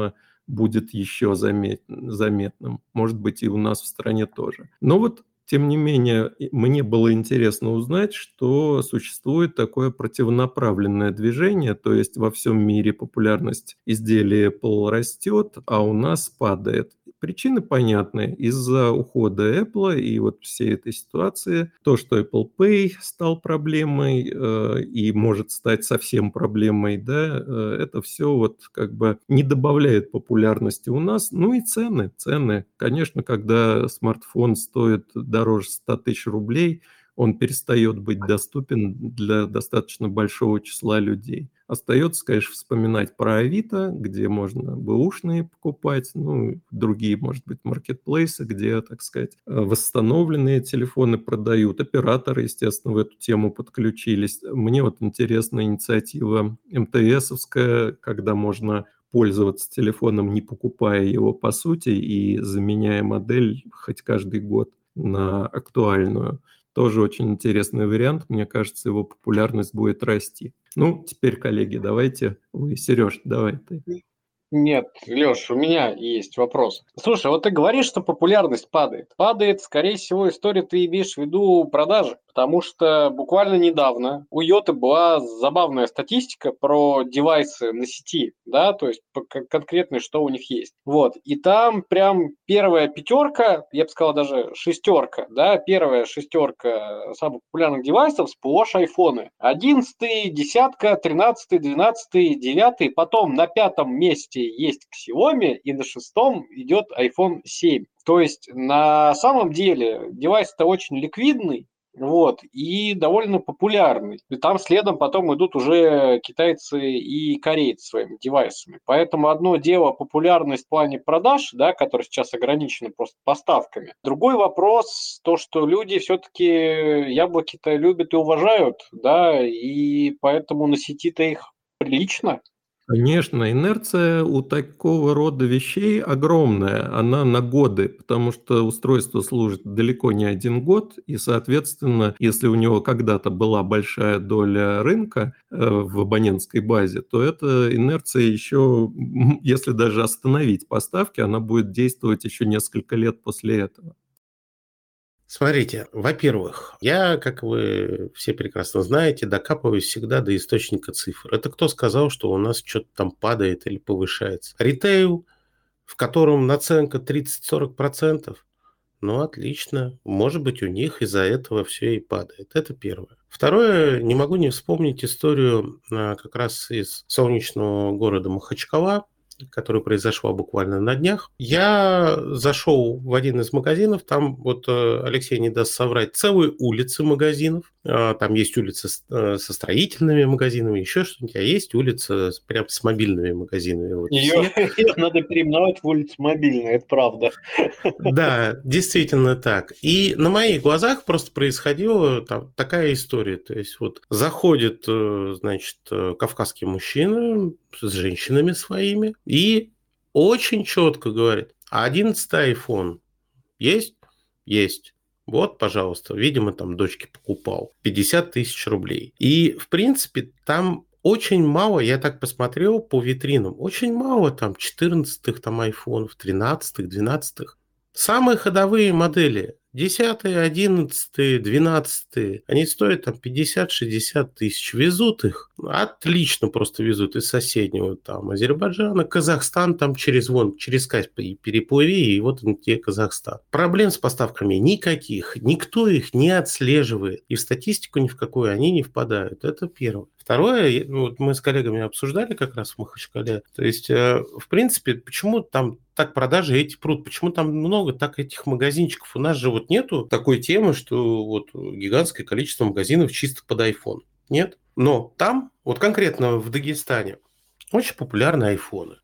будет еще замет, заметным. Может быть, и у нас в стране тоже. Но вот, тем не менее, мне было интересно узнать, что существует такое противонаправленное движение, то есть во всем мире популярность изделий Apple растет, а у нас падает. Причины понятны. Из-за ухода Apple и вот всей этой ситуации, то, что Apple Pay стал проблемой э, и может стать совсем проблемой, да, э, это все вот как бы не добавляет популярности у нас. Ну и цены, цены. Конечно, когда смартфон стоит дороже ста тысяч рублей, он перестает быть доступен для достаточно большого числа людей. Остается, конечно, вспоминать про Авито, где можно бэушные покупать, ну, другие, может быть, маркетплейсы, где, так сказать, восстановленные телефоны продают. Операторы, естественно, в эту тему подключились. Мне вот интересна инициатива эм тэ эсовская, когда можно пользоваться телефоном, не покупая его по сути, и заменяя модель хоть каждый год на актуальную. Тоже очень интересный вариант. Мне кажется, его популярность будет расти. Ну, теперь, коллеги, давайте вы. Сереж, давай ты. Нет, Леш, у меня есть вопрос. Слушай, вот ты говоришь, что популярность падает. Падает, скорее всего, история ты имеешь в виду продажи, потому что буквально недавно у Йоты была забавная статистика про девайсы на сети, да, то есть конкретно, что у них есть. Вот, и там прям первая пятерка, я бы сказал даже шестерка, да, первая шестерка самых популярных девайсов сплошь айфоны. Одиннадцатый, десятка, тринадцатый, двенадцатый, девятый, потом на пятом месте есть Xiaomi, и на шестом идет айфон семь. То есть на самом деле девайс-то очень ликвидный, вот, и довольно популярный. И там следом потом идут уже китайцы и корейцы своими девайсами. Поэтому одно дело популярность в плане продаж, да, которая сейчас ограничена просто поставками. Другой вопрос, то, что люди все-таки яблоки-то любят и уважают, да, и поэтому на сети-то их прилично. Конечно, инерция у такого рода вещей огромная, она на годы, потому что устройство служит далеко не один год, и, соответственно, если у него когда-то была большая доля рынка э, в абонентской базе, то эта инерция еще, если даже остановить поставки, она будет действовать еще несколько лет после этого. Смотрите, во-первых, я, как вы все прекрасно знаете, докапываюсь всегда до источника цифр. Это кто сказал, что у нас что-то там падает или повышается? Ритейл, в котором наценка тридцать-сорок процентов, ну, отлично. Может быть, у них из-за этого все и падает. Это первое. Второе, не могу не вспомнить историю как раз из солнечного города Махачкала, которая произошла буквально на днях. Я зашел в один из магазинов, там вот Алексей не даст соврать, целые улицы магазинов. Там есть улицы со строительными магазинами, еще что-нибудь, а есть улица прям с мобильными магазинами. Вот ее, ее надо переименовать в улицу мобильную, это правда. Да, действительно так. И на моих глазах просто происходила там такая история. То есть вот заходит, значит, кавказский мужчина с женщинами своими и очень четко говорит: одиннадцатый iPhone есть? Есть. Вот, пожалуйста. Видимо, там дочке покупал. пятьдесят тысяч рублей. И, в принципе, там очень мало, я так посмотрел по витринам, очень мало там четырнадцатых там айфонов, тринадцатых, двенадцатых. Самые ходовые модели десятые, одиннадцатые, двенадцатые, они стоят там пятьдесят-шестьдесят тысяч. Везут их, отлично просто везут из соседнего там Азербайджана, Казахстан, там через вон, через Каспий переплыви, и вот он тебе Казахстан. Проблем с поставками никаких, никто их не отслеживает, и в статистику ни в какую они не впадают. Это первое. Второе, вот мы с коллегами обсуждали как раз в Махачкале, то есть, в принципе, почему там так продажи эти прут, почему там много так этих магазинчиков? У нас же вот нету такой темы, что вот гигантское количество магазинов чисто под iPhone. Нет. Но там, вот конкретно в Дагестане, очень популярны айфоны.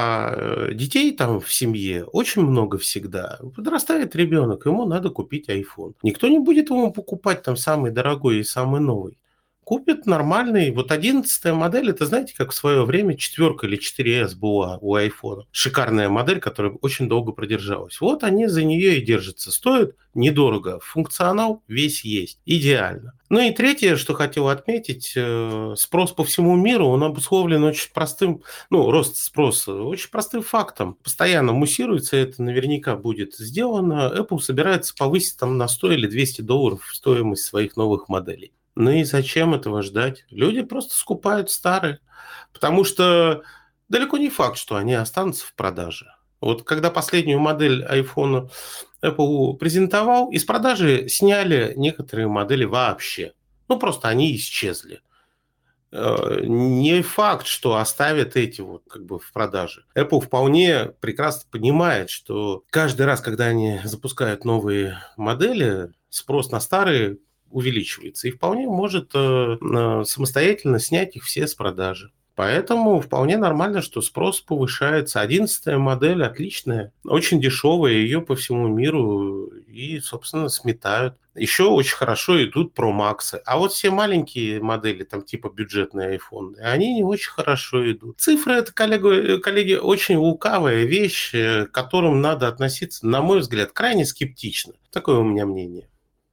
А детей там в семье очень много всегда. Подрастает ребенок, ему надо купить iPhone. Никто не будет ему покупать там самый дорогой и самый новый. купит нормальный. Вот одиннадцатая модель, это знаете, как в свое время четверка или четыре эс была у айфона. Шикарная модель, которая очень долго продержалась. Вот они за нее и держатся. Стоит недорого. Функционал весь есть. Идеально. Ну и третье, что хотел отметить, э, спрос по всему миру, он обусловлен очень простым, ну, рост спроса, очень простым фактом. Постоянно муссируется, это наверняка будет сделано. Apple собирается повысить там на сто или двести долларов стоимость своих новых моделей. Ну и зачем этого ждать? Люди просто скупают старые, потому что далеко не факт, что они останутся в продаже. Вот когда последнюю модель iPhone Apple презентовал, из продажи сняли некоторые модели вообще. Ну, просто они исчезли. Э, Не факт, что оставят эти вот как бы в продаже. Apple вполне прекрасно понимает, что каждый раз, когда они запускают новые модели, спрос на старые увеличивается и вполне может э, э, самостоятельно снять их все с продажи. Поэтому вполне нормально, что спрос повышается. Одиннадцатая модель отличная, очень дешевая, ее по всему миру и, собственно, сметают. Еще очень хорошо идут Pro Max. А вот все маленькие модели, там типа бюджетные iPhone, они не очень хорошо идут. Цифры – это, коллеги, коллеги, очень лукавая вещь, к которым надо относиться, на мой взгляд, крайне скептично. Такое у меня мнение.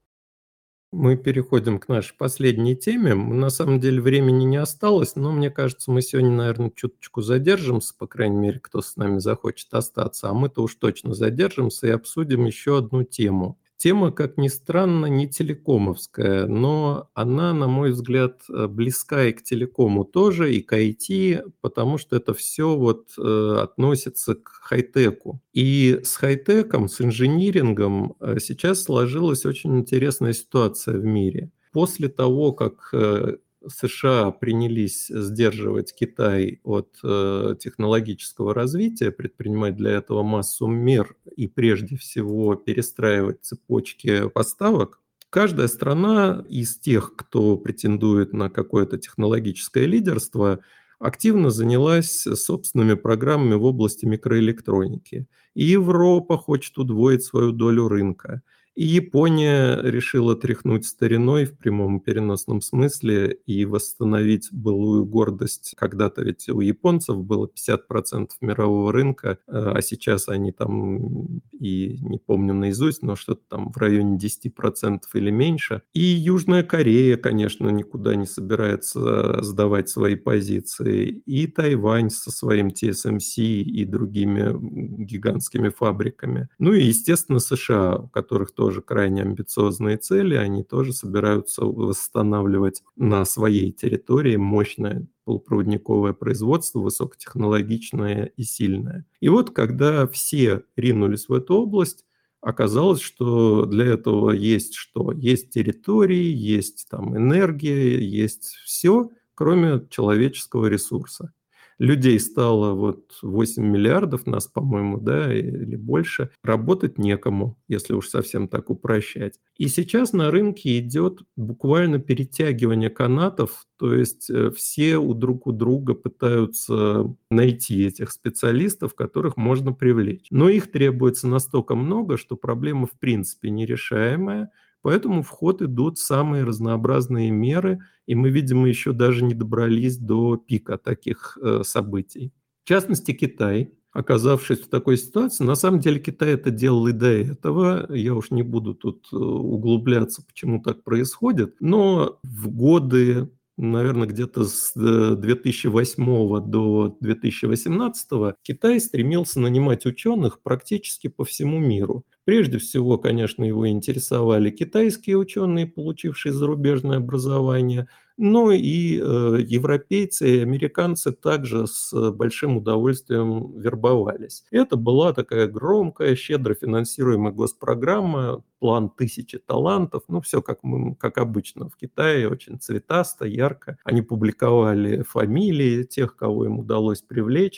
Мы переходим к нашей последней теме. На самом деле времени не осталось, но мне кажется, мы сегодня, наверное, чуточку задержимся, по крайней мере, кто с нами захочет остаться, а мы-то уж точно задержимся и обсудим еще одну тему. Тема, как ни странно, не телекомовская, но она, на мой взгляд, близка и к телекому тоже, и к ай ти, потому что это все вот э, относится к хай-теку. И с хай-теком, с инжинирингом э, сейчас сложилась очень интересная ситуация в мире. После того, как э, США принялись сдерживать Китай от э, технологического развития, предпринимать для этого массу мер и прежде всего перестраивать цепочки поставок, каждая страна из тех, кто претендует на какое-то технологическое лидерство, активно занялась собственными программами в области микроэлектроники. И Европа хочет удвоить свою долю рынка. И Япония решила тряхнуть стариной в прямом и переносном смысле и восстановить былую гордость. Когда-то ведь у японцев было пятьдесят процентов мирового рынка, а сейчас они там, и не помню наизусть, но что-то там в районе десять процентов или меньше. И Южная Корея, конечно, никуда не собирается сдавать свои позиции. И Тайвань со своим ти эс эм си и другими гигантскими фабриками. Ну и, естественно, США, у которых тоже тоже крайне амбициозные цели, они тоже собираются восстанавливать на своей территории мощное полупроводниковое производство, высокотехнологичное и сильное. И вот когда все ринулись в эту область, оказалось, что для этого есть что? Есть территории, есть там энергия, есть все, кроме человеческого ресурса. Людей стало вот восемь миллиардов, нас, по-моему, да, или больше. Работать некому, если уж совсем так упрощать. И сейчас на рынке идет буквально перетягивание канатов, то есть все у друг у друга пытаются найти этих специалистов, которых можно привлечь. Но их требуется настолько много, что проблема в принципе нерешаемая. Поэтому в ход идут самые разнообразные меры, и мы, видимо, еще даже не добрались до пика таких э, событий. В частности, Китай, оказавшись в такой ситуации, на самом деле Китай это делал и до этого, я уж не буду тут углубляться, почему так происходит, но в годы, наверное, где-то с две тысячи восьмого до две тысячи восемнадцатого Китай стремился нанимать ученых практически по всему миру. Прежде всего, конечно, его интересовали китайские ученые, получившие зарубежное образование, но и э, европейцы и американцы также с большим удовольствием вербовались. Это была такая громкая, щедро финансируемая госпрограмма, план тысячи талантов, ну все как, мы, как обычно в Китае, очень цветасто, ярко. Они публиковали фамилии тех, кого им удалось привлечь.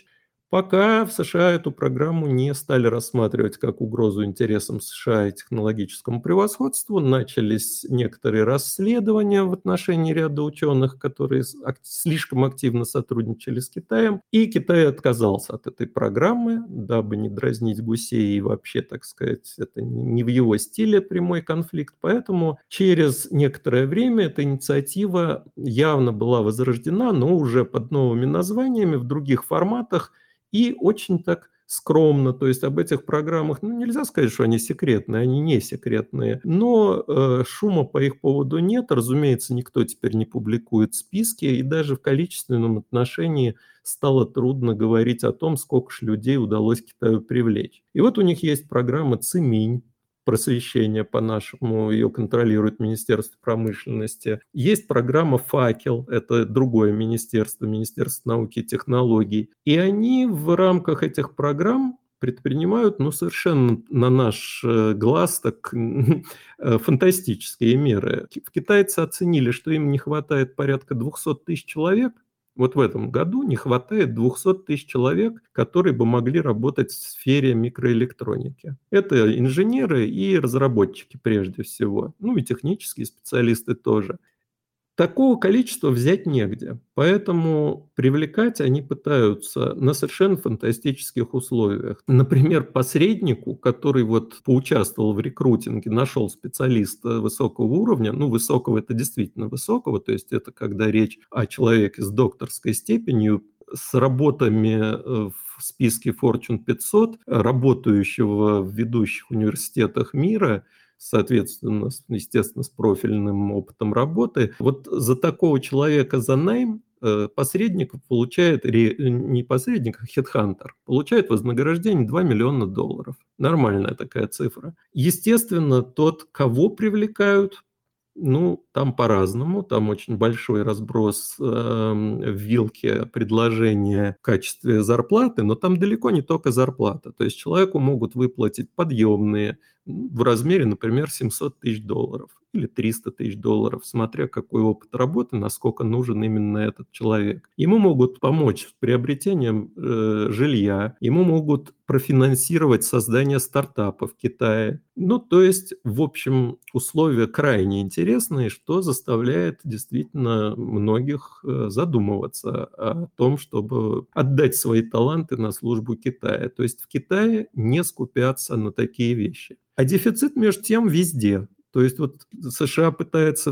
Пока в США эту программу не стали рассматривать как угрозу интересам США и технологическому превосходству, начались некоторые расследования в отношении ряда ученых, которые слишком активно сотрудничали с Китаем, и Китай отказался от этой программы, дабы не дразнить гусей и вообще, так сказать, это не в его стиле прямой конфликт, поэтому через некоторое время эта инициатива явно была возрождена, но уже под новыми названиями, в других форматах, и очень так скромно, то есть об этих программах, ну, нельзя сказать, что они секретные, они не секретные, но э, шума по их поводу нет, разумеется, никто теперь не публикует списки, и даже в количественном отношении стало трудно говорить о том, сколько же людей удалось Китаю привлечь. И вот у них есть программа «Циминь», просвещения по-нашему, ее контролирует Министерство промышленности. Есть программа «Факел», это другое министерство, Министерство науки и технологий. И они в рамках этих программ предпринимают, ну, совершенно на наш глаз так фантастические меры. Китайцы оценили, что им не хватает порядка двести тысяч человек. Вот в этом году не хватает двести тысяч человек, которые бы могли работать в сфере микроэлектроники. Это инженеры и разработчики прежде всего, ну и технические специалисты тоже. Такого количества взять негде, поэтому привлекать они пытаются на совершенно фантастических условиях. Например, посреднику, который вот поучаствовал в рекрутинге, нашел специалиста высокого уровня, ну, высокого — это действительно высокого, то есть это когда речь о человеке с докторской степенью, с работами в списке Fortune пятьсот, работающего в ведущих университетах мира, соответственно, естественно, с профильным опытом работы. Вот за такого человека, за найм, посредник получает, не посредник, а хедхантер, получает вознаграждение два миллиона долларов. Нормальная такая цифра. Естественно, тот, кого привлекают, ну, там по-разному, там очень большой разброс э, в вилке предложения в качестве зарплаты, но там далеко не только зарплата. То есть человеку могут выплатить подъемные в размере, например, семьсот тысяч долларов или триста тысяч долларов, смотря какой опыт работы, насколько нужен именно этот человек. Ему могут помочь с приобретением э, жилья, ему могут профинансировать создание стартапа в Китае. Ну, то есть, в общем, условия крайне интересные, что заставляет действительно многих задумываться о том, чтобы отдать свои таланты на службу Китая. То есть в Китае не скупятся на такие вещи. А дефицит, между тем, везде. То есть вот США пытается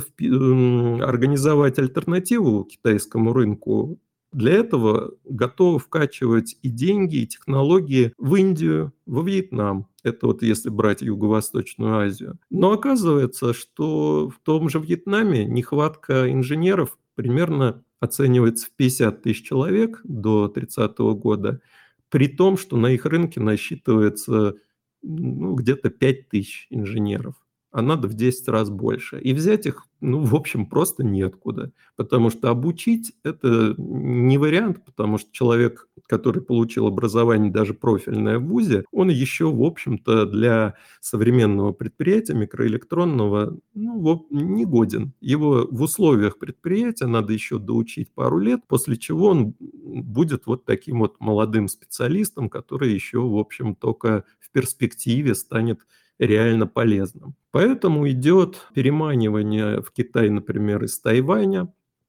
организовать альтернативу китайскому рынку. Для этого готовы вкачивать и деньги, и технологии в Индию, во Вьетнам. Это вот если брать Юго-Восточную Азию. Но оказывается, что в том же Вьетнаме нехватка инженеров примерно оценивается в пятьдесят тысяч человек до тридцатого года, при том, что на их рынке насчитывается ну, где-то пять тысяч инженеров. А надо в десять раз больше. И взять их, ну, в общем, просто неоткуда. Потому что обучить – это не вариант, потому что человек, который получил образование даже профильное в вузе, он еще, в общем-то, для современного предприятия микроэлектронного ну, не годен. Его в условиях предприятия надо еще доучить пару лет, после чего он будет вот таким вот молодым специалистом, который еще, в общем, только в перспективе станет реально полезным. Поэтому идет переманивание в Китай, например, из Тайваня.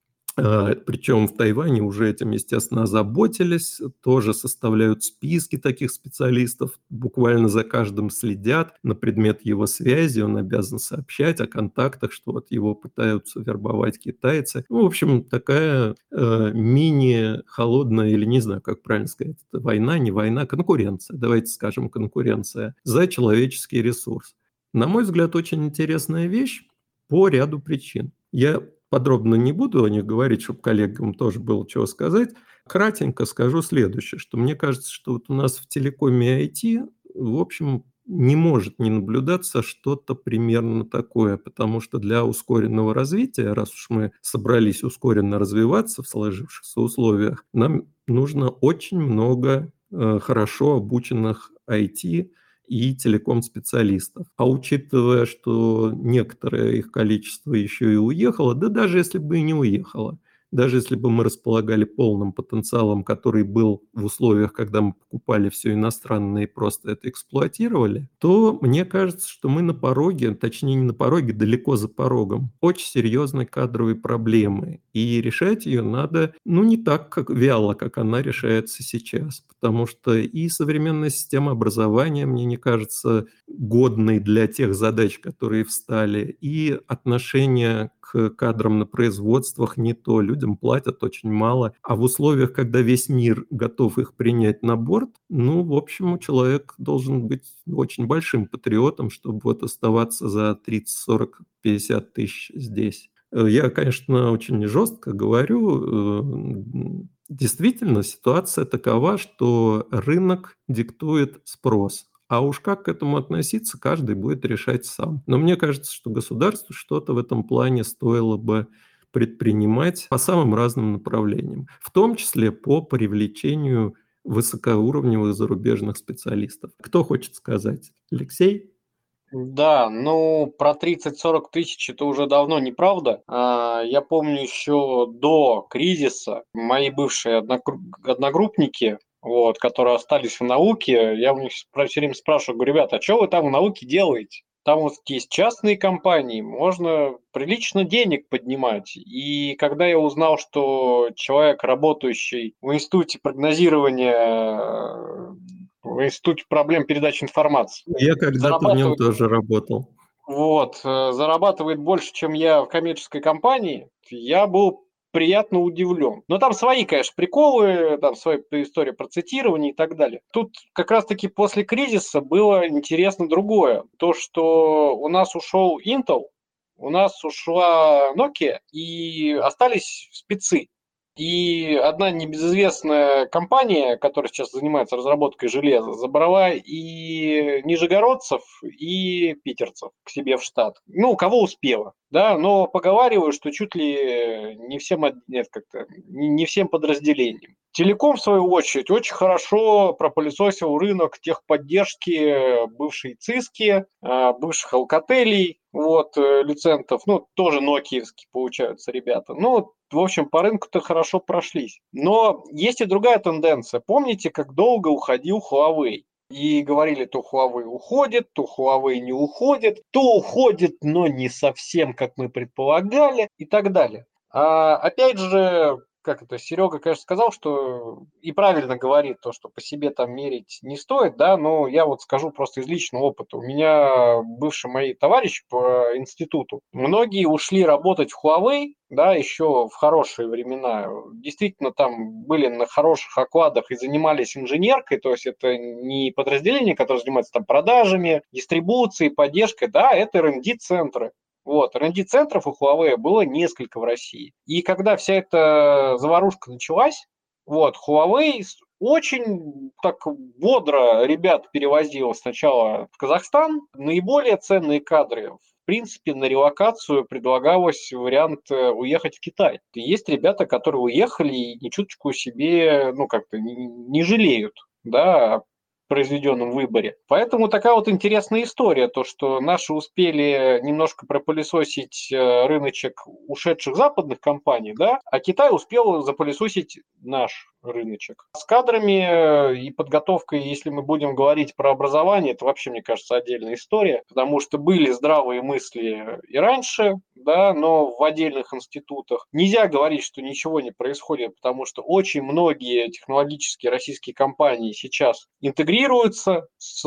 Причем в Тайване уже этим, естественно, озаботились, тоже составляют списки таких специалистов, буквально за каждым следят на предмет его связи, он обязан сообщать о контактах, что вот его пытаются вербовать китайцы. Ну, в общем, такая э, мини-холодная, или не знаю, как правильно сказать, это война, не война, конкуренция, давайте скажем, конкуренция за человеческий ресурс. На мой взгляд, очень интересная вещь по ряду причин. Я подробно не буду о них говорить, чтобы коллегам тоже было чего сказать. Кратенько скажу следующее, что мне кажется, что вот у нас в телекоме и ай ти, в общем, не может не наблюдаться что-то примерно такое, потому что для ускоренного развития, раз уж мы собрались ускоренно развиваться в сложившихся условиях, нам нужно очень много э, хорошо обученных ай ти и телеком-специалистов. А учитывая, что некоторое их количество еще и уехало, да даже если бы и не уехало, даже если бы мы располагали полным потенциалом, который был в условиях, когда мы покупали все иностранное и просто это эксплуатировали, то мне кажется, что мы на пороге, точнее не на пороге, далеко за порогом, очень серьезной кадровой проблемы. И решать ее надо, ну, не так как вяло, как она решается сейчас, потому что и современная система образования, мне не кажется, годной для тех задач, которые встали, и отношение к кадрам на производствах не то. Людям платят очень мало, а в условиях, когда весь мир готов их принять на борт, ну, в общем, человек должен быть очень большим патриотом, чтобы вот оставаться за тридцать, сорок, пятьдесят тысяч здесь. Я, конечно, очень жестко говорю. Действительно, ситуация такова, что рынок диктует спрос. А уж как к этому относиться, каждый будет решать сам. Но мне кажется, что государству что-то в этом плане стоило бы предпринимать по самым разным направлениям, в том числе по привлечению высокоуровневых зарубежных специалистов. Кто хочет сказать? Алексей? Да, ну про тридцать-сорок тысяч это уже давно неправда. А, Я помню еще до кризиса мои бывшие одногру- одногруппники, вот, которые остались в науке, я у них спра- все время спрашиваю, говорю, ребята, а что вы там в науке делаете? Там вот есть частные компании, можно прилично денег поднимать. И когда я узнал, что человек, работающий в институте прогнозирования, в институте проблем передачи информации, Я когда-то в нем зарабатывает, тоже работал. вот, э, зарабатывает больше, чем я в коммерческой компании, я был приятно удивлен. Но там свои, конечно, приколы, там своя история про цитирование и так далее. Тут как раз-таки после кризиса было интересно другое. То, что у нас ушел Intel, у нас ушла Nokia, и остались спецы. И одна небезызвестная компания, которая сейчас занимается разработкой железа, забрала и нижегородцев, и питерцев к себе в штат. Ну, у кого успела, да, но поговариваю, что чуть ли не всем, нет, как-то, не всем подразделениям. Телеком, в свою очередь, очень хорошо пропылесосил рынок техподдержки бывшей ЦИСКи, бывших Alcatel, вот, Люцентов, ну, тоже нокиевские получаются ребята. Ну, в общем, по рынку-то хорошо прошлись. Но есть и другая тенденция. Помните, как долго уходил Huawei? И говорили, то Huawei уходит, то Huawei не уходит, то уходит, но не совсем, как мы предполагали, и так далее. А опять же, как это, Серега, конечно, сказал, что и правильно говорит то, что по себе там мерить не стоит, да, но я вот скажу просто из личного опыта. У меня бывшие мои товарищи по институту, многие ушли работать в Huawei, да, еще в хорошие времена. Действительно, там были на хороших окладах и занимались инженеркой, то есть это не подразделение, которое занимается там продажами, дистрибуцией, поддержкой, да, это эр энд ди-центры. Вот, эр энд ди-центров у Huawei было несколько в России. И когда вся эта заварушка началась, вот, Huawei очень так бодро ребят перевозил сначала в Казахстан. Наиболее ценные кадры, в принципе, на релокацию предлагалось вариант уехать в Китай. И есть ребята, которые уехали и ни чуточку себе, ну, как-то не жалеют, да, произведенном выборе. Поэтому такая вот интересная история, то, что наши успели немножко пропылесосить рыночек ушедших западных компаний, да, а Китай успел запылесосить наш рыночек. С кадрами и подготовкой, если мы будем говорить про образование, это вообще, мне кажется, отдельная история, потому что были здравые мысли и раньше, да, но в отдельных институтах. Нельзя говорить, что ничего не происходит, потому что очень многие технологические российские компании сейчас интегрируются с,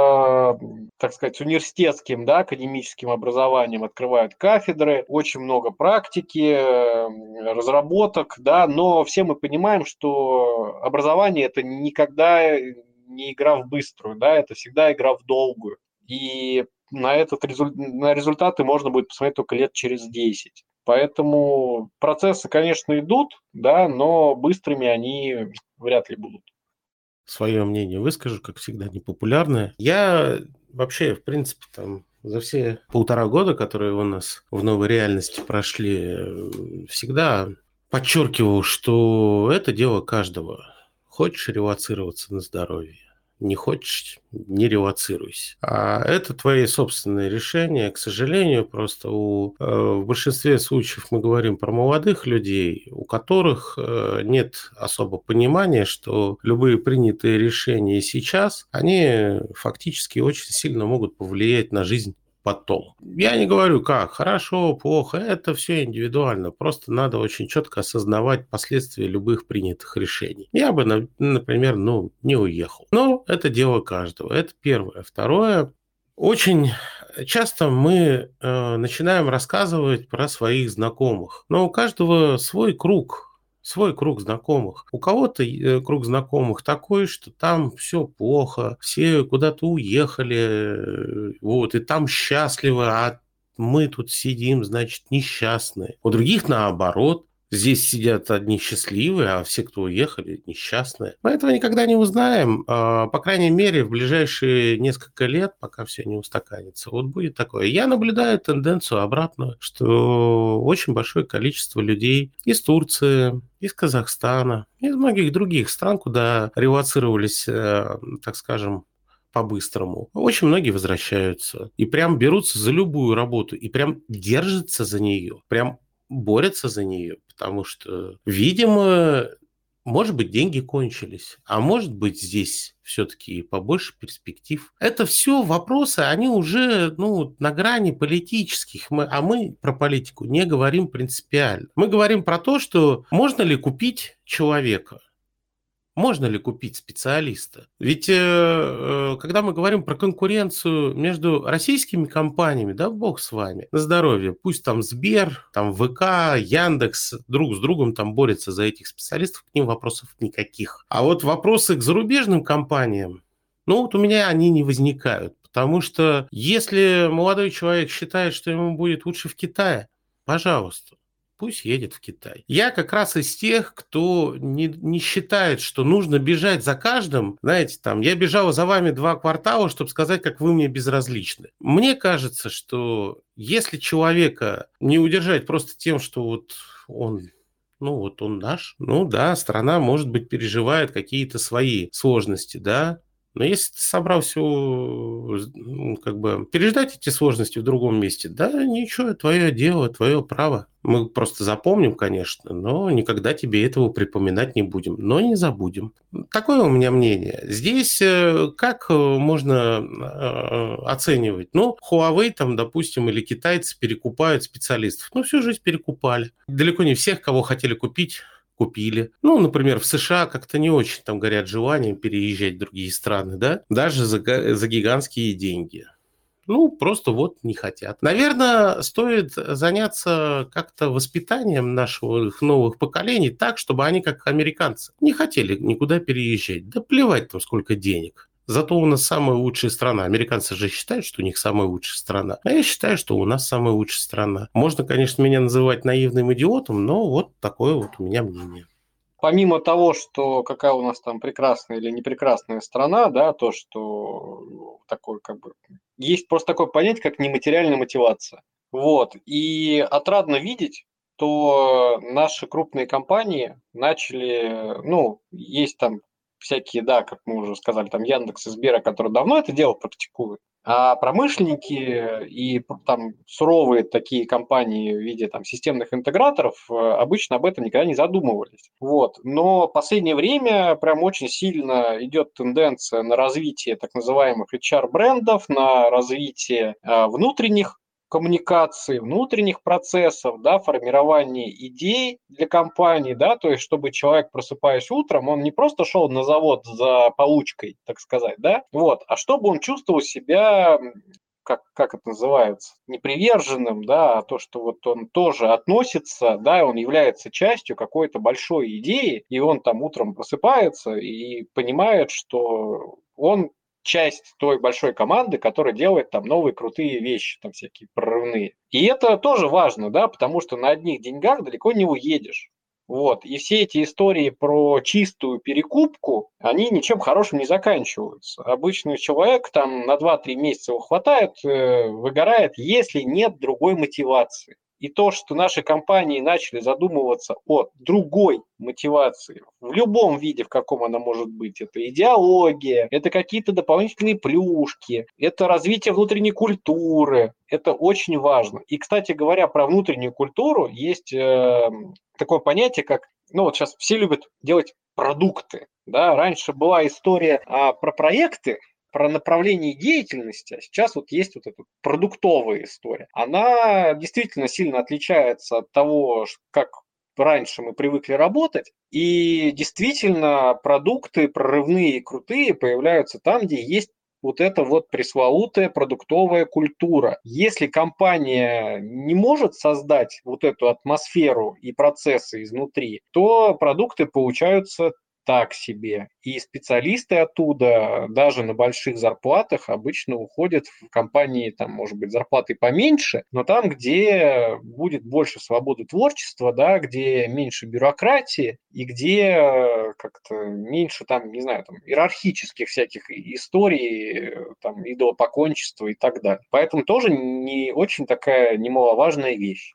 так сказать, университетским, да, академическим образованием, открывают кафедры, очень много практики, разработок, да, но все мы понимаем, что образование это никогда не игра в быструю, да, это всегда игра в долгую. И на, этот результ... на результаты можно будет посмотреть только лет через десять. Поэтому процессы, конечно, идут, да, но быстрыми они вряд ли будут. Свое мнение выскажу, как всегда, непопулярное. Я вообще, в принципе, там за все полтора года, которые у нас в новой реальности прошли, всегда подчеркивал, что это дело каждого. Хочешь релацироваться на здоровье? Не хочешь — не релоцируйся. А это твои собственные решения. К сожалению, просто у, э, в большинстве случаев мы говорим про молодых людей, у которых э, нет особо понимания, что любые принятые решения сейчас, они фактически очень сильно могут повлиять на жизнь потом. Я не говорю, как, хорошо, плохо, это все индивидуально. Просто надо очень четко осознавать последствия любых принятых решений. Я бы, на- например, ну, не уехал. Но это дело каждого. Это первое. Второе. Очень часто мы э, начинаем рассказывать про своих знакомых. Но у каждого свой круг. Свой круг знакомых. У кого-то э, круг знакомых такой, что там все плохо, все куда-то уехали, э, вот, и там счастливы, а мы тут сидим, значит, несчастные. У других наоборот. Здесь сидят одни счастливые, а все, кто уехали, несчастные. Мы этого никогда не узнаем. а, По крайней мере, в ближайшие несколько лет, пока все не устаканится. Вот будет такое. Я наблюдаю тенденцию обратную, что очень большое количество людей из Турции, из Казахстана, из многих других стран, куда релоцировались, э, так скажем, по-быстрому. Очень многие возвращаются и прям берутся за любую работу, и прям держатся за нее, прям борются за нее, потому что, видимо, может быть, деньги кончились, а может быть, здесь все-таки побольше перспектив. Это все вопросы, они уже ну, на грани политических, мы, а мы про политику не говорим принципиально. Мы говорим про то, что можно ли купить человека. Можно ли купить специалиста? Ведь э, э, когда мы говорим про конкуренцию между российскими компаниями, да бог с вами, на здоровье, пусть там Сбер, там ВК, Яндекс друг с другом там борются за этих специалистов, к ним вопросов никаких. А вот вопросы к зарубежным компаниям, ну вот у меня они не возникают, потому что если молодой человек считает, что ему будет лучше в Китае, пожалуйста. Пусть едет в Китай. Я как раз из тех, кто не, не считает, что нужно бежать за каждым. Знаете, там, я бежал за вами два квартала, чтобы сказать, как вы мне безразличны. Мне кажется, что если человека не удержать просто тем, что вот он... Ну, вот он наш. Ну, да, страна, может быть, переживает какие-то свои сложности, да. Но если ты собрал все, ну, как бы, переждать эти сложности в другом месте, да, ничего, твое дело, твое право. Мы просто запомним, конечно, но никогда тебе этого припоминать не будем, но не забудем. Такое у меня мнение. Здесь э, как э, можно э, оценивать? Ну, Huawei там, допустим, или китайцы перекупают специалистов. Ну, всю жизнь перекупали. Далеко не всех, кого хотели купить, купили. Ну, например, в США как-то не очень там горят желанием переезжать в другие страны, да? Даже за, за гигантские деньги. Ну, просто вот не хотят. Наверное, стоит заняться как-то воспитанием наших новых поколений так, чтобы они, как американцы, не хотели никуда переезжать. Да плевать там, сколько денег. Зато у нас самая лучшая страна. Американцы же считают, что у них самая лучшая страна. А я считаю, что у нас самая лучшая страна. Можно, конечно, меня называть наивным идиотом, но вот такое вот у меня мнение. Помимо того, что какая у нас там прекрасная или непрекрасная страна, да, то, что такое как бы... Есть просто такое понятие, как нематериальная мотивация. Вот. И отрадно видеть, то наши крупные компании начали, ну, есть там всякие, да, как мы уже сказали, там Яндекс и Сбера, которые давно это дело практикуют. А промышленники и там суровые такие компании в виде там системных интеграторов э, обычно об этом никогда не задумывались. Вот. Но в последнее время прям очень сильно идет тенденция на развитие так называемых эйч ар-брендов, на развитие э, внутренних коммуникаций, внутренних процессов, да, формирование идей для компании, да, то есть чтобы человек, просыпаясь утром, он не просто шел на завод за получкой, так сказать, да, вот, а чтобы он чувствовал себя, как, как это называется, неприверженным, да, а то, что вот он тоже относится, да, он является частью какой-то большой идеи, и он там утром просыпается и понимает, что он часть той большой команды, которая делает там новые крутые вещи, там всякие прорывные. И это тоже важно, да, потому что на одних деньгах далеко не уедешь. Вот. И все эти истории про чистую перекупку, они ничем хорошим не заканчиваются. Обычный человек там на два-три месяца его хватает, выгорает, если нет другой мотивации. И то, что наши компании начали задумываться о другой мотивации, в любом виде, в каком она может быть, это идеология, это какие-то дополнительные плюшки, это развитие внутренней культуры, это очень важно. И, кстати говоря, про внутреннюю культуру есть э, такое понятие, как, ну вот сейчас все любят делать продукты, да, раньше была история а, про проекты, про направление деятельности, а сейчас вот есть вот эта продуктовая история. Она действительно сильно отличается от того, как раньше мы привыкли работать, и действительно продукты прорывные и крутые появляются там, где есть вот эта вот пресловутая продуктовая культура. Если компания не может создать вот эту атмосферу и процессы изнутри, то продукты получаются так себе. И специалисты оттуда, даже на больших зарплатах, обычно уходят в компании, там, может быть, зарплаты поменьше, но там, где будет больше свободы творчества, да, где меньше бюрократии и где как-то меньше, там, не знаю, там, иерархических всяких историй, там, идолопоклонничества и так далее. Поэтому тоже не очень такая немаловажная вещь.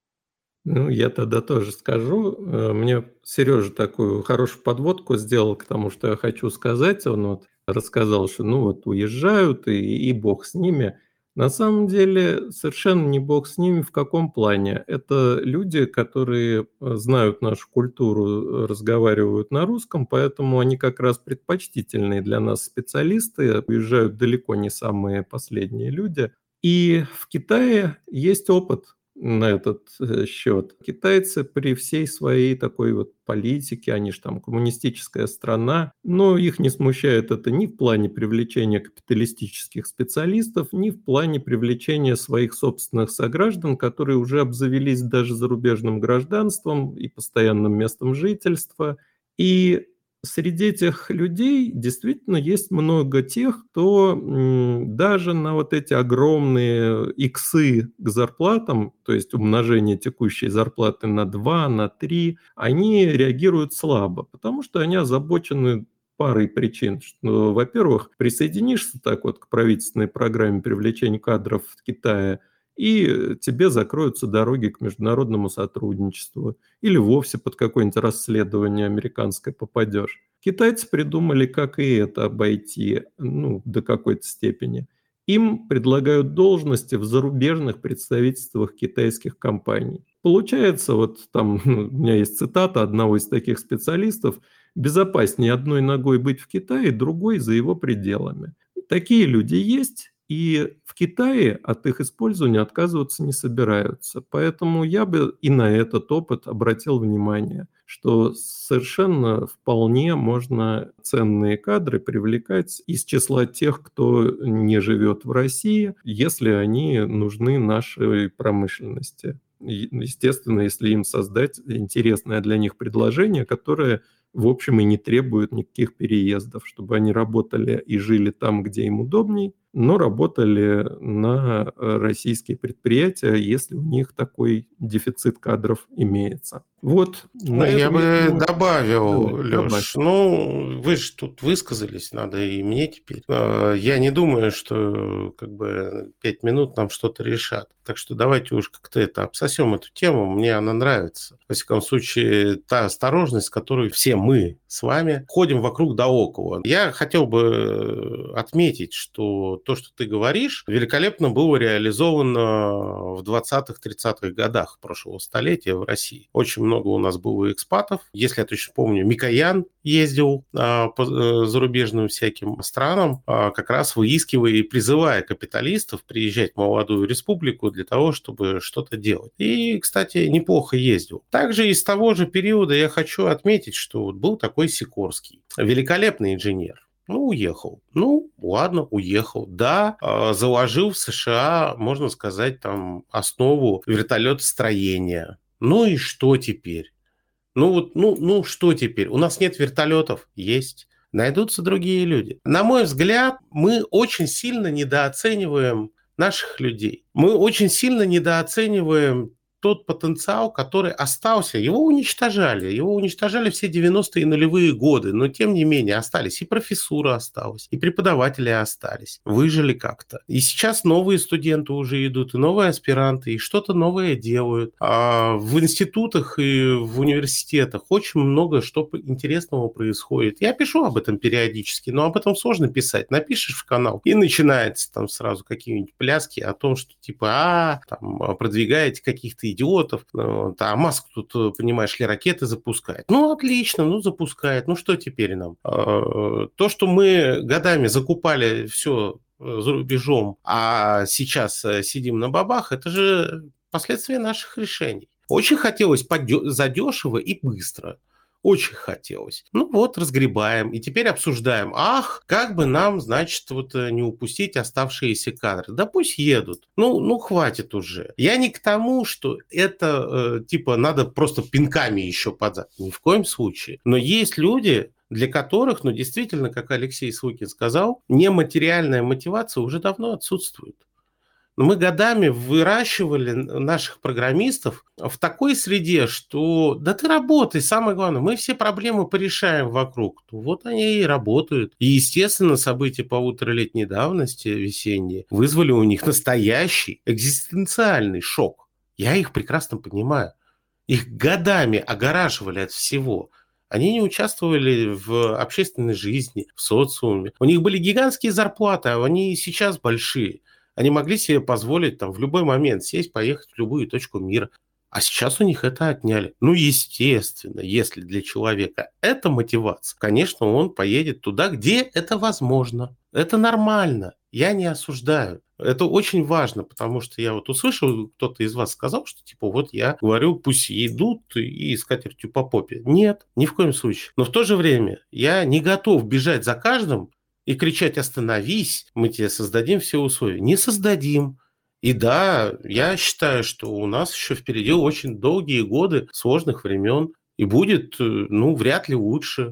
Ну, я тогда тоже скажу. Э, Мне Сережа такую хорошую подводку сделал к тому, что я хочу сказать. Он вот рассказал, что ну вот уезжают, и, и бог с ними. На самом деле совершенно не бог с ними. В каком плане? Это люди, которые э, знают нашу культуру, э, разговаривают на русском, поэтому они как раз предпочтительные для нас специалисты. Уезжают далеко не самые последние люди. И в Китае есть опыт на этот э, счет. Китайцы при всей своей такой вот политике, они же там коммунистическая страна, но их не смущает это ни в плане привлечения капиталистических специалистов, ни в плане привлечения своих собственных сограждан, которые уже обзавелись даже зарубежным гражданством и постоянным местом жительства. И среди этих людей действительно есть много тех, кто м, даже на вот эти огромные иксы к зарплатам, то есть умножение текущей зарплаты на два, на три, они реагируют слабо, потому что они озабочены парой причин. Что, во-первых, присоединишься так вот к правительственной программе привлечения кадров в Китае, и тебе закроются дороги к международному сотрудничеству, или вовсе под какое-нибудь расследование американское попадешь. Китайцы придумали, как и это обойти, ну, до какой-то степени. Им предлагают должности в зарубежных представительствах китайских компаний. Получается, вот там ну, у меня есть цитата одного из таких специалистов: «Безопаснее одной ногой быть в Китае, другой за его пределами». Такие люди есть, и в Китае от их использования отказываться не собираются. Поэтому я бы и на этот опыт обратил внимание, что совершенно вполне можно ценные кадры привлекать из числа тех, кто не живет в России, если они нужны нашей промышленности. И, естественно, если им создать интересное для них предложение, которое, в общем, и не требует никаких переездов, чтобы они работали и жили там, где им удобней, но работали на российские предприятия, если у них такой дефицит кадров имеется. Вот. Ну, я бы я думаю, добавил, давай, Леш, добавь. ну, вы же тут высказались, надо и мне теперь. А, Я не думаю, что как бы пять минут нам что-то решат. Так что давайте уж как-то это обсосем эту тему, мне она нравится. Во всяком случае, та осторожность, с которой все мы с вами ходим вокруг да около. Я хотел бы отметить, что то, что ты говоришь, великолепно было реализовано в двадцатых-тридцатых годах прошлого столетия в России. Очень много у нас было экспатов. Если я точно помню, Микоян ездил а, по а, зарубежным всяким странам, а, как раз выискивая и призывая капиталистов приезжать в молодую республику для того, чтобы что-то делать. И, кстати, неплохо ездил. Также из того же периода я хочу отметить, что вот был такой Сикорский, великолепный инженер. Ну, уехал. Ну, ладно, уехал. Да, заложил в США, можно сказать, там основу вертолетостроения. Ну и что теперь? Ну вот, ну, ну что теперь? У нас нет вертолетов? Есть. Найдутся другие люди. На мой взгляд, мы очень сильно недооцениваем наших людей. Мы очень сильно недооцениваем тот потенциал, который остался. Его уничтожали. Его уничтожали все девяностые и нулевые годы. Но, тем не менее, остались. И профессура осталась, и преподаватели остались. Выжили как-то. И сейчас новые студенты уже идут, и новые аспиранты, и что-то новое делают. А в институтах и в университетах очень много что интересного происходит. Я пишу об этом периодически, но об этом сложно писать. Напишешь в канал, и начинается там сразу какие-нибудь пляски о том, что типа, а, там, продвигаете каких-то идиотов, ну, а Маск тут, понимаешь ли, ракеты запускает. Ну, отлично, ну, запускает. Ну, что теперь нам? То, что мы годами закупали все за рубежом, а сейчас сидим на бабах, это же последствия наших решений. Очень хотелось задешево и быстро. Очень хотелось. Ну вот, разгребаем. И теперь обсуждаем. Ах, как бы нам, значит, вот не упустить оставшиеся кадры. Да пусть едут. Ну, ну хватит уже. Я не к тому, что это, э, типа, надо просто пинками еще подать. Ни в коем случае. Но есть люди, для которых, ну, действительно, как Алексей Свыкин сказал, нематериальная мотивация уже давно отсутствует. Мы годами выращивали наших программистов в такой среде, что да ты работай, самое главное, мы все проблемы порешаем вокруг. Вот они и работают. И, естественно, события полуторалетней давности весенние вызвали у них настоящий экзистенциальный шок. Я их прекрасно понимаю. Их годами огораживали от всего. Они не участвовали в общественной жизни, в социуме. У них были гигантские зарплаты, а они и сейчас большие. Они могли себе позволить там в любой момент сесть, поехать в любую точку мира. А сейчас у них это отняли. Ну, естественно, если для человека это мотивация, конечно, он поедет туда, где это возможно. Это нормально. Я не осуждаю. Это очень важно, потому что я вот услышал, кто-то из вас сказал, что типа вот я говорю, пусть идут и с катертью по попе. Нет, ни в коем случае. Но в то же время я не готов бежать за каждым и кричать «остановись, мы тебе создадим все условия». Не создадим. И да, я считаю, что у нас еще впереди очень долгие годы сложных времен. И будет, ну, вряд ли лучше.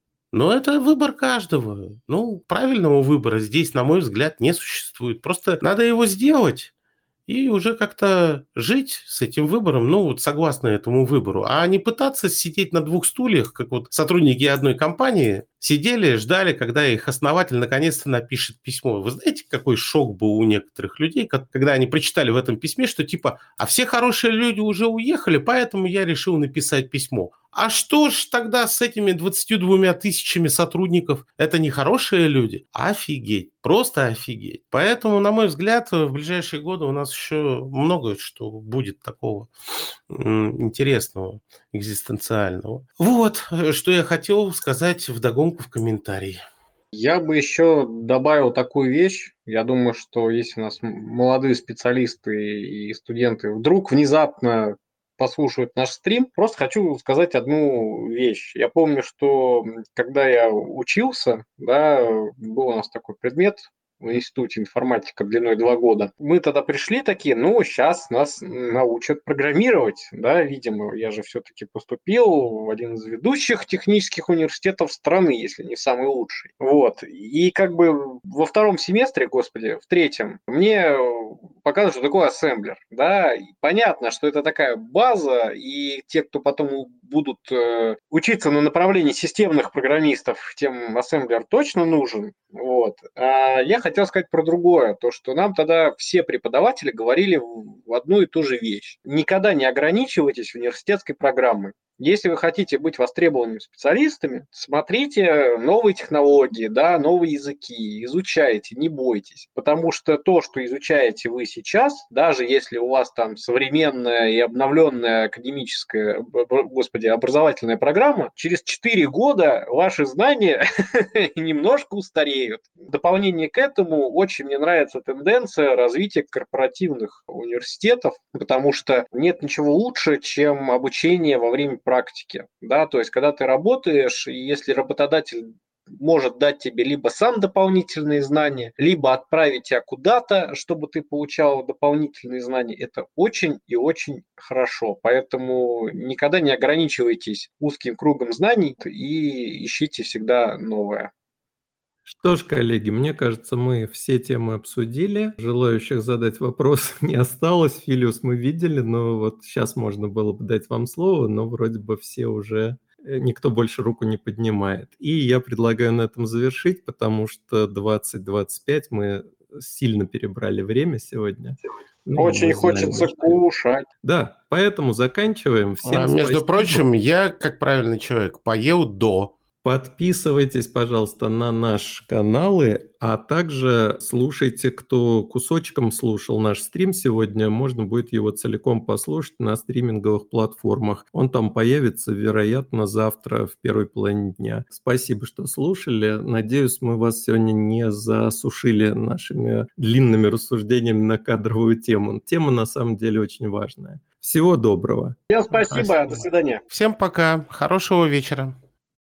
Но это выбор каждого. Ну, правильного выбора здесь, на мой взгляд, не существует. Просто надо его сделать и уже как-то жить с этим выбором, ну, вот согласно этому выбору, а не пытаться сидеть на двух стульях, как вот сотрудники одной компании сидели, ждали, когда их основатель наконец-то напишет письмо. Вы знаете, какой шок был у некоторых людей, когда они прочитали в этом письме, что типа, а все хорошие люди уже уехали, поэтому я решил написать письмо. А что ж тогда с этими двадцатью двумя тысячами сотрудников? Это не хорошие люди? Офигеть, просто офигеть. Поэтому, на мой взгляд, в ближайшие годы у нас еще много что будет такого интересного, экзистенциального. Вот, что я хотел сказать вдогонку в комментарии. Я бы еще добавил такую вещь. Я думаю, что если у нас молодые специалисты и студенты вдруг внезапно послушают наш стрим, просто хочу сказать одну вещь. Я помню, что когда я учился, да, был у нас такой предмет в институте информатика длиной два года. Мы тогда пришли такие, ну, сейчас нас научат программировать, да, видимо, я же все-таки поступил в один из ведущих технических университетов страны, если не самый лучший. Вот. И как бы во втором семестре, господи, в третьем, мне показывают, что такое ассемблер, да, и понятно, что это такая база, и те, кто потом будут э, учиться на направлении системных программистов, тем ассемблер точно нужен, вот. А я хотел сказать про другое, то, что нам тогда все преподаватели говорили в одну и ту же вещь. Никогда не ограничивайтесь университетской программой. Если вы хотите быть востребованными специалистами, смотрите новые технологии, да, новые языки, изучайте, не бойтесь. Потому что то, что изучаете вы сейчас, даже если у вас там современная и обновленная академическая, господи, образовательная программа, через четыре года ваши знания немножко устареют. В дополнение к этому очень мне нравится тенденция развития корпоративных университетов, потому что нет ничего лучше, чем обучение во время практики, да, то есть когда ты работаешь, и если работодатель может дать тебе либо сам дополнительные знания, либо отправить тебя куда-то, чтобы ты получал дополнительные знания, это очень и очень хорошо, поэтому никогда не ограничивайтесь узким кругом знаний и ищите всегда новое. Что ж, коллеги, мне кажется, мы все темы обсудили. Желающих задать вопрос не осталось. Филиус мы видели, но вот сейчас можно было бы дать вам слово, но вроде бы все уже... Никто больше руку не поднимает. И я предлагаю на этом завершить, потому что двадцать двадцать пять мы сильно перебрали время сегодня. Ну, Очень мы хочется знаем, что- кушать. Да, поэтому заканчиваем. Всем А, между спасибо. прочим, я, как правильный человек, поел до. Подписывайтесь, пожалуйста, на наши каналы, а также слушайте, кто кусочком слушал наш стрим сегодня, можно будет его целиком послушать на стриминговых платформах. Он там появится, вероятно, завтра в первой половине дня. Спасибо, что слушали. Надеюсь, мы вас сегодня не засушили нашими длинными рассуждениями на кадровую тему. Тема на самом деле очень важная. Всего доброго. Всем спасибо, Спасибо. до свидания. Всем пока, хорошего вечера.